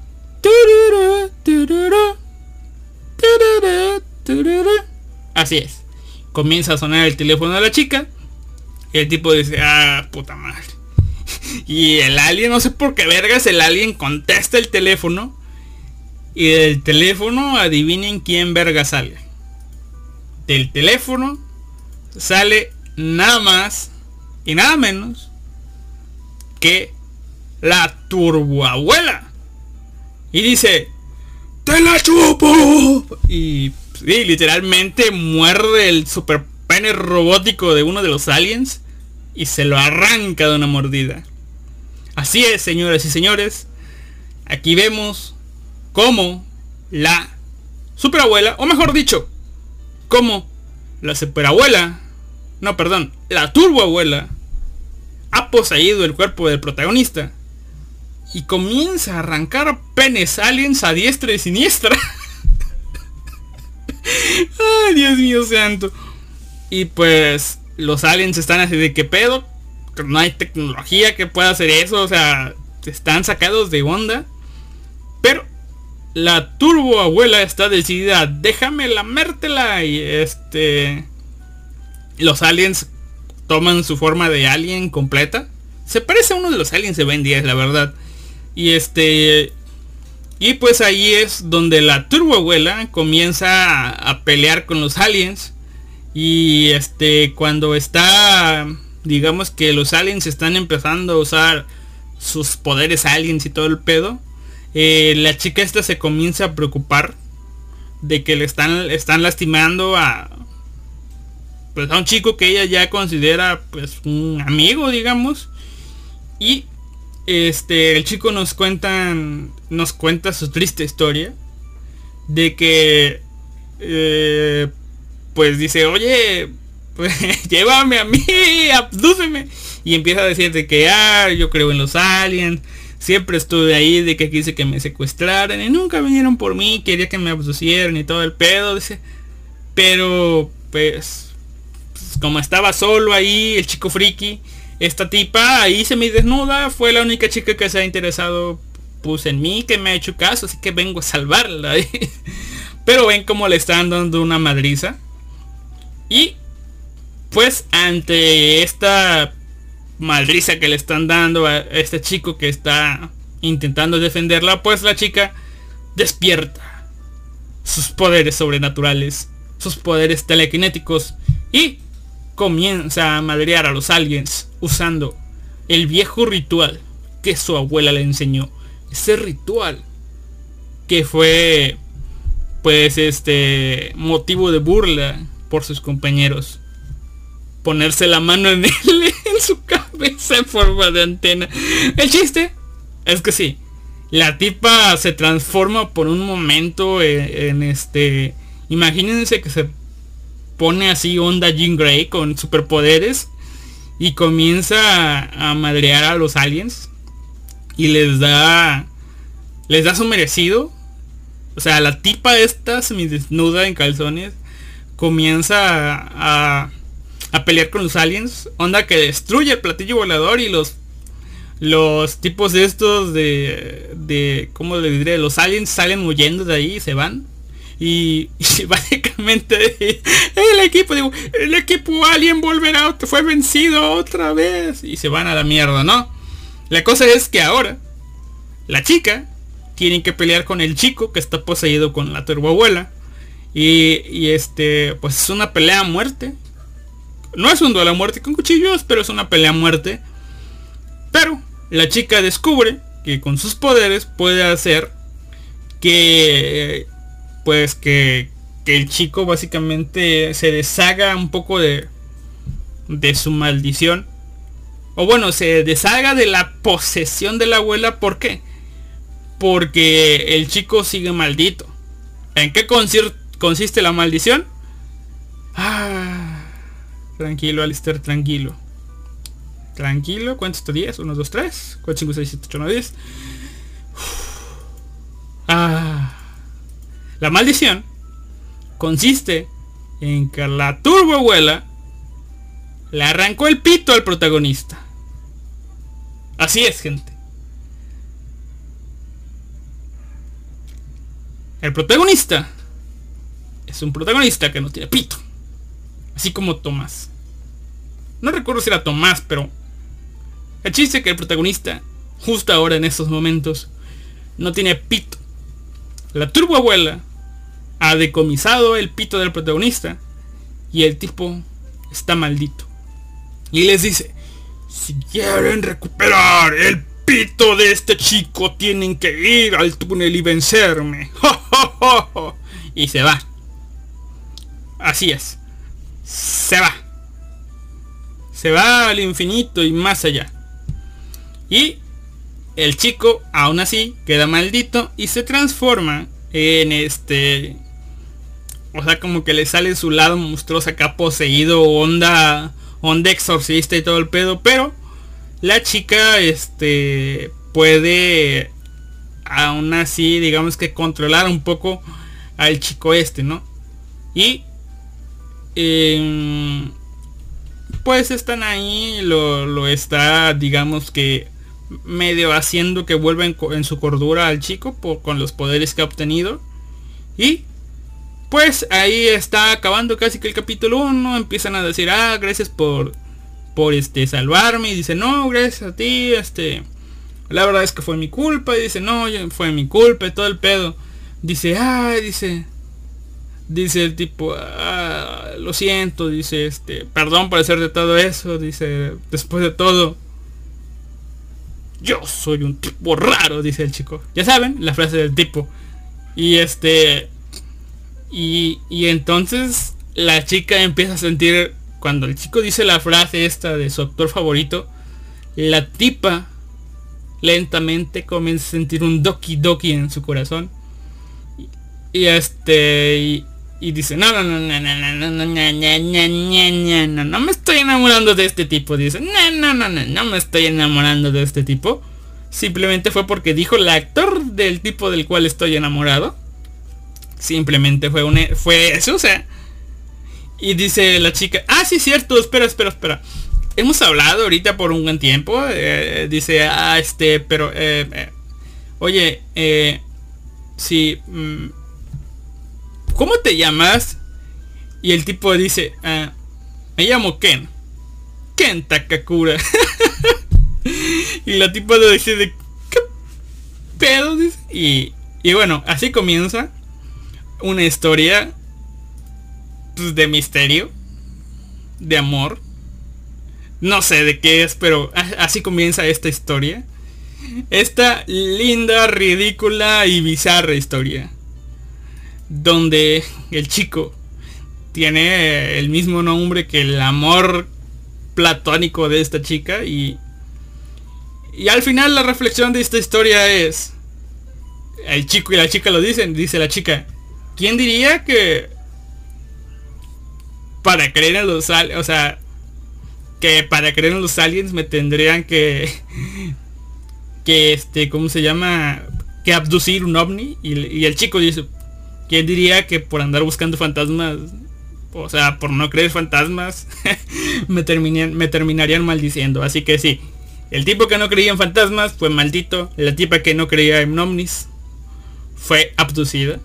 Speaker 1: así es. Comienza a sonar el teléfono de la chica. Y el tipo dice, ah, puta madre. Y el alien, no sé por qué vergas, el alien contesta el teléfono. Y del teléfono, adivinen quién verga sale. Del teléfono sale nada más y nada menos que la turboabuela. Y dice, ¡te la chupo! Y Sí, literalmente muerde el super pene robótico de uno de los aliens y se lo arranca de una mordida. Así es, señoras y señores. Aquí vemos cómo la superabuela, o mejor dicho, cómo la superabuela, no, perdón, la turboabuela ha poseído el cuerpo del protagonista y comienza a arrancar penes aliens a diestra y siniestra. Ay, Dios mío santo. Y pues los aliens están así de qué pedo. No hay tecnología que pueda hacer eso. O sea, están sacados de onda. Pero la turboabuela está decidida. Déjame lamértela. Y este... los aliens toman su forma de alien completa. Se parece a uno de los aliens de Ben diez, la verdad. Y este... y pues ahí es donde la turboabuela comienza a, a pelear con los aliens. Y este, cuando está, digamos que los aliens están empezando a usar sus poderes aliens y todo el pedo, eh, la chica esta se comienza a preocupar de que le están, están lastimando a, pues a un chico que ella ya considera pues un amigo, digamos. Y este, el chico nos cuentan, nos cuenta su triste historia de que eh, pues dice, oye, pues, llévame a mí, abdúceme. Y empieza a decir de que, ah, yo creo en los aliens, siempre estuve ahí, de que quise que me secuestraran y nunca vinieron por mí, quería que me abducieran y todo el pedo, dice. Pero, pues, pues como estaba solo ahí, el chico friki, esta tipa ahí se me desnuda, fue la única chica que se ha interesado, pues, en mí, que me ha hecho caso, así que vengo a salvarla. Pero ven cómo le están dando una madriza. Y pues ante esta madriza que le están dando a este chico que está intentando defenderla, pues la chica despierta sus poderes sobrenaturales, sus poderes telequinéticos y comienza a madrear a los aliens usando el viejo ritual que su abuela le enseñó. Ese ritual que fue pues este motivo de burla por sus compañeros. Ponerse la mano en él, en su cabeza en forma de antena. El chiste es que sí, la tipa se transforma por un momento en, en este... imagínense que se pone así onda Jean Grey con superpoderes y comienza a, a madrear a los aliens y les da les da su merecido. O sea, la tipa esta semidesnuda en calzones comienza a, a, a pelear con los aliens, onda que destruye el platillo volador y los los tipos de estos de de ¿cómo le diré? Los aliens salen huyendo de ahí y se van. Y, y básicamente el equipo digo, el equipo alien volverá, fue vencido otra vez y se van a la mierda, ¿no? La cosa es que ahora la chica tiene que pelear con el chico que está poseído con la turboabuela. Y, y este, pues es una pelea a muerte. No es un duelo a muerte con cuchillos, pero es una pelea a muerte. Pero la chica descubre que con sus poderes puede hacer que, pues que, que el chico básicamente se deshaga un poco de, de su maldición. O bueno, se deshaga de la posesión de la abuela. ¿Por qué? Porque el chico sigue maldito. ¿En qué consiste? ¿Consiste la maldición? Ah, tranquilo, Alistair, tranquilo. Tranquilo, ¿cuánto está? diez, uno, dos, tres, cuatro, cinco, seis, siete, ocho, nueve, diez. Ah, la maldición consiste en que la turboabuela le arrancó el pito al protagonista. Así es, gente. El protagonista es un protagonista que no tiene pito. Así como Tomás. No recuerdo si era Tomás, pero el chiste es que el protagonista, justo ahora en estos momentos, no tiene pito. La turboabuela ha decomisado el pito del protagonista y el tipo está maldito. Y les dice, si quieren recuperar el pito de este chico, tienen que ir al túnel y vencerme. ¡Jo, jo, jo, jo! Y se va. Así es. Se va. Se va al infinito y más allá. Y el chico aún así queda maldito y se transforma en este... O sea, como que le sale su lado monstruoso acá poseído, onda, onda exorcista y todo el pedo. Pero la chica este puede aún así, digamos que controlar un poco al chico este, ¿no? Y eh, pues están ahí, lo, lo está, digamos que medio haciendo que vuelva en, en su cordura al chico por, con los poderes que ha obtenido. Y pues ahí está acabando casi que el capítulo uno. Empiezan a decir, ah, gracias por por este salvarme. Y dice, no, gracias a ti, este la verdad es que fue mi culpa. Y dice, no, fue mi culpa y todo el pedo. Dice, ah, dice Dice el tipo, ah, lo siento, dice, este, perdón por hacerte todo eso. Dice, después de todo, yo soy un tipo raro, dice el chico. Ya saben, la frase del tipo. Y este Y, y entonces la chica empieza a sentir, cuando el chico dice la frase esta de su actor favorito, la tipa lentamente comienza a sentir un doki doki en su corazón. Y, y este y, y dice, no, no, no, no, no, no, no, no, no, no, no, no me estoy enamorando de este tipo. Dice, no, no, no, no, no me estoy enamorando de este tipo. Simplemente fue porque dijo el actor del tipo del cual estoy enamorado. Simplemente fue un fue eso, o sea. Y dice la chica, ah, sí, cierto, espera, espera, espera. Hemos hablado ahorita por un buen tiempo. Eh, dice, ah, este, pero, eh, eh, oye, eh, sí, mm, ¿cómo te llamas? Y el tipo dice, ah, me llamo Ken. Ken Takakura. Y la tipa le dice, de ¿qué pedo? Y, y bueno, así comienza una historia, pues, de misterio, de amor. No sé de qué es, pero así comienza esta historia. Esta linda, ridícula y bizarra historia, donde el chico tiene el mismo nombre que el amor platónico de esta chica. Y, y al final la reflexión de esta historia es, el chico y la chica lo dicen, dice la chica, ¿quién diría que para creer en los aliens, o sea, que para creer en los aliens me tendrían que, que este, ¿cómo se llama? Que abducir un ovni? Y, y el chico dice, ¿quién diría que por andar buscando fantasmas, o sea, por no creer fantasmas, me, terminan, me terminarían maldiciendo? Así que sí, el tipo que no creía en fantasmas fue maldito. La tipa que no creía en ovnis fue abducida.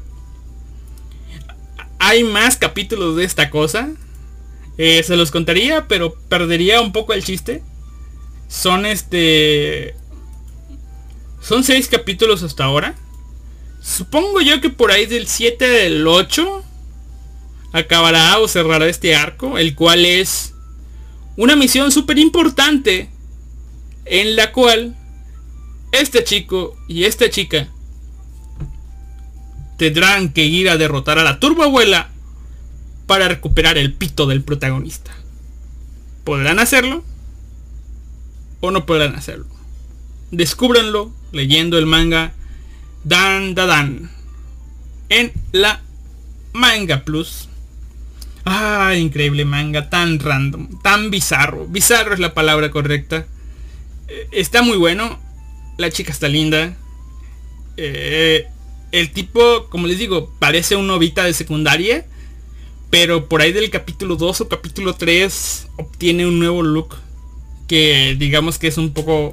Speaker 1: Hay más capítulos de esta cosa. Eh, se los contaría, pero perdería un poco el chiste. Son este... Son seis capítulos hasta ahora. Supongo yo que por ahí del siete del ocho acabará o cerrará este arco, el cual es una misión súper importante, en la cual este chico y esta chica tendrán que ir a derrotar a la turboabuela para recuperar el pito del protagonista. ¿Podrán hacerlo o no podrán hacerlo? Descúbranlo leyendo el manga Dan Da Dan en la Manga Plus. Ah, increíble manga, tan random, tan bizarro. Bizarro es la palabra correcta. Eh, está muy bueno. La chica está linda. Eh, el tipo, como les digo, parece un novita de secundaria, pero por ahí del capítulo dos o capítulo tres obtiene un nuevo look que digamos que es un poco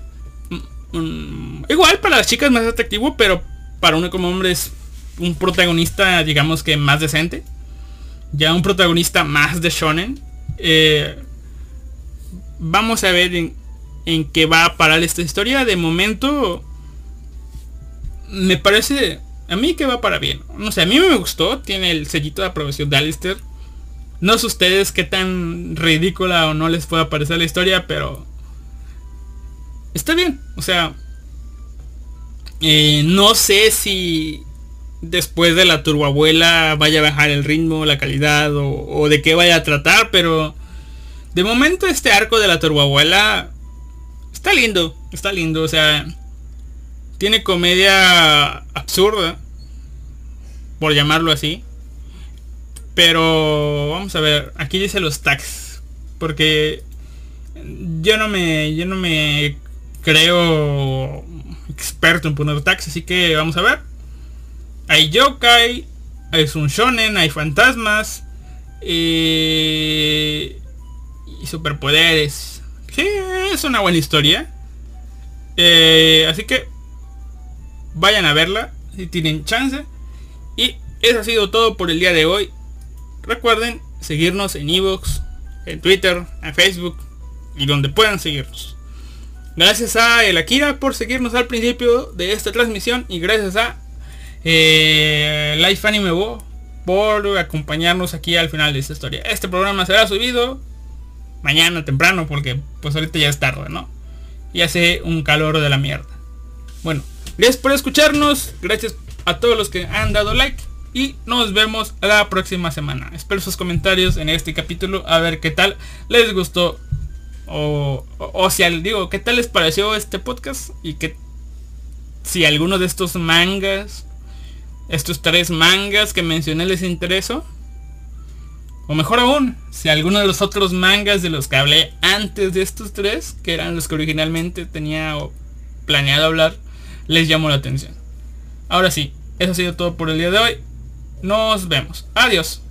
Speaker 1: um, igual para las chicas más atractivo, pero para uno como hombre es un protagonista, digamos que más decente. Ya un protagonista más de shonen. Eh, vamos a ver en, en qué va a parar esta historia. De momento me parece a mí que va para bien. No sé, a mí me gustó. Tiene el sellito de aprobación de Alistair. No sé ustedes qué tan ridícula o no les pueda parecer la historia, pero está bien. O sea, eh, no sé si después de la turboabuela vaya a bajar el ritmo, la calidad o, o de qué vaya a tratar, pero de momento este arco de la turboabuela está lindo, está lindo, o sea, tiene comedia absurda, por llamarlo así. Pero vamos a ver, aquí dice los tags, porque yo no me yo no me creo experto en poner tags, así que vamos a ver. Hay yokai, es un shonen, hay fantasmas eh, y superpoderes. Sí, es una buena historia. Eh, así que vayan a verla si tienen chance. Y eso ha sido todo por el día de hoy. Recuerden seguirnos en iVoox, en Twitter, en Facebook y donde puedan seguirnos. Gracias a el Akira por seguirnos al principio de esta transmisión y gracias a eh, Life Anime Bo por acompañarnos aquí al final de esta historia. Este programa será subido mañana temprano porque pues ahorita ya es tarde, ¿no? Y hace un calor de la mierda. Bueno, gracias por escucharnos, gracias a todos los que han dado like. Y nos vemos la próxima semana. Espero sus comentarios en este capítulo. A ver qué tal les gustó. O, o, o si digo, qué tal les pareció este podcast. Y que si alguno de estos mangas, estos tres mangas que mencioné les interesó. O mejor aún, si alguno de los otros mangas de los que hablé antes de estos tres, que eran los que originalmente tenía planeado hablar, les llamó la atención. Ahora sí, eso ha sido todo por el día de hoy. Nos vemos. Adiós.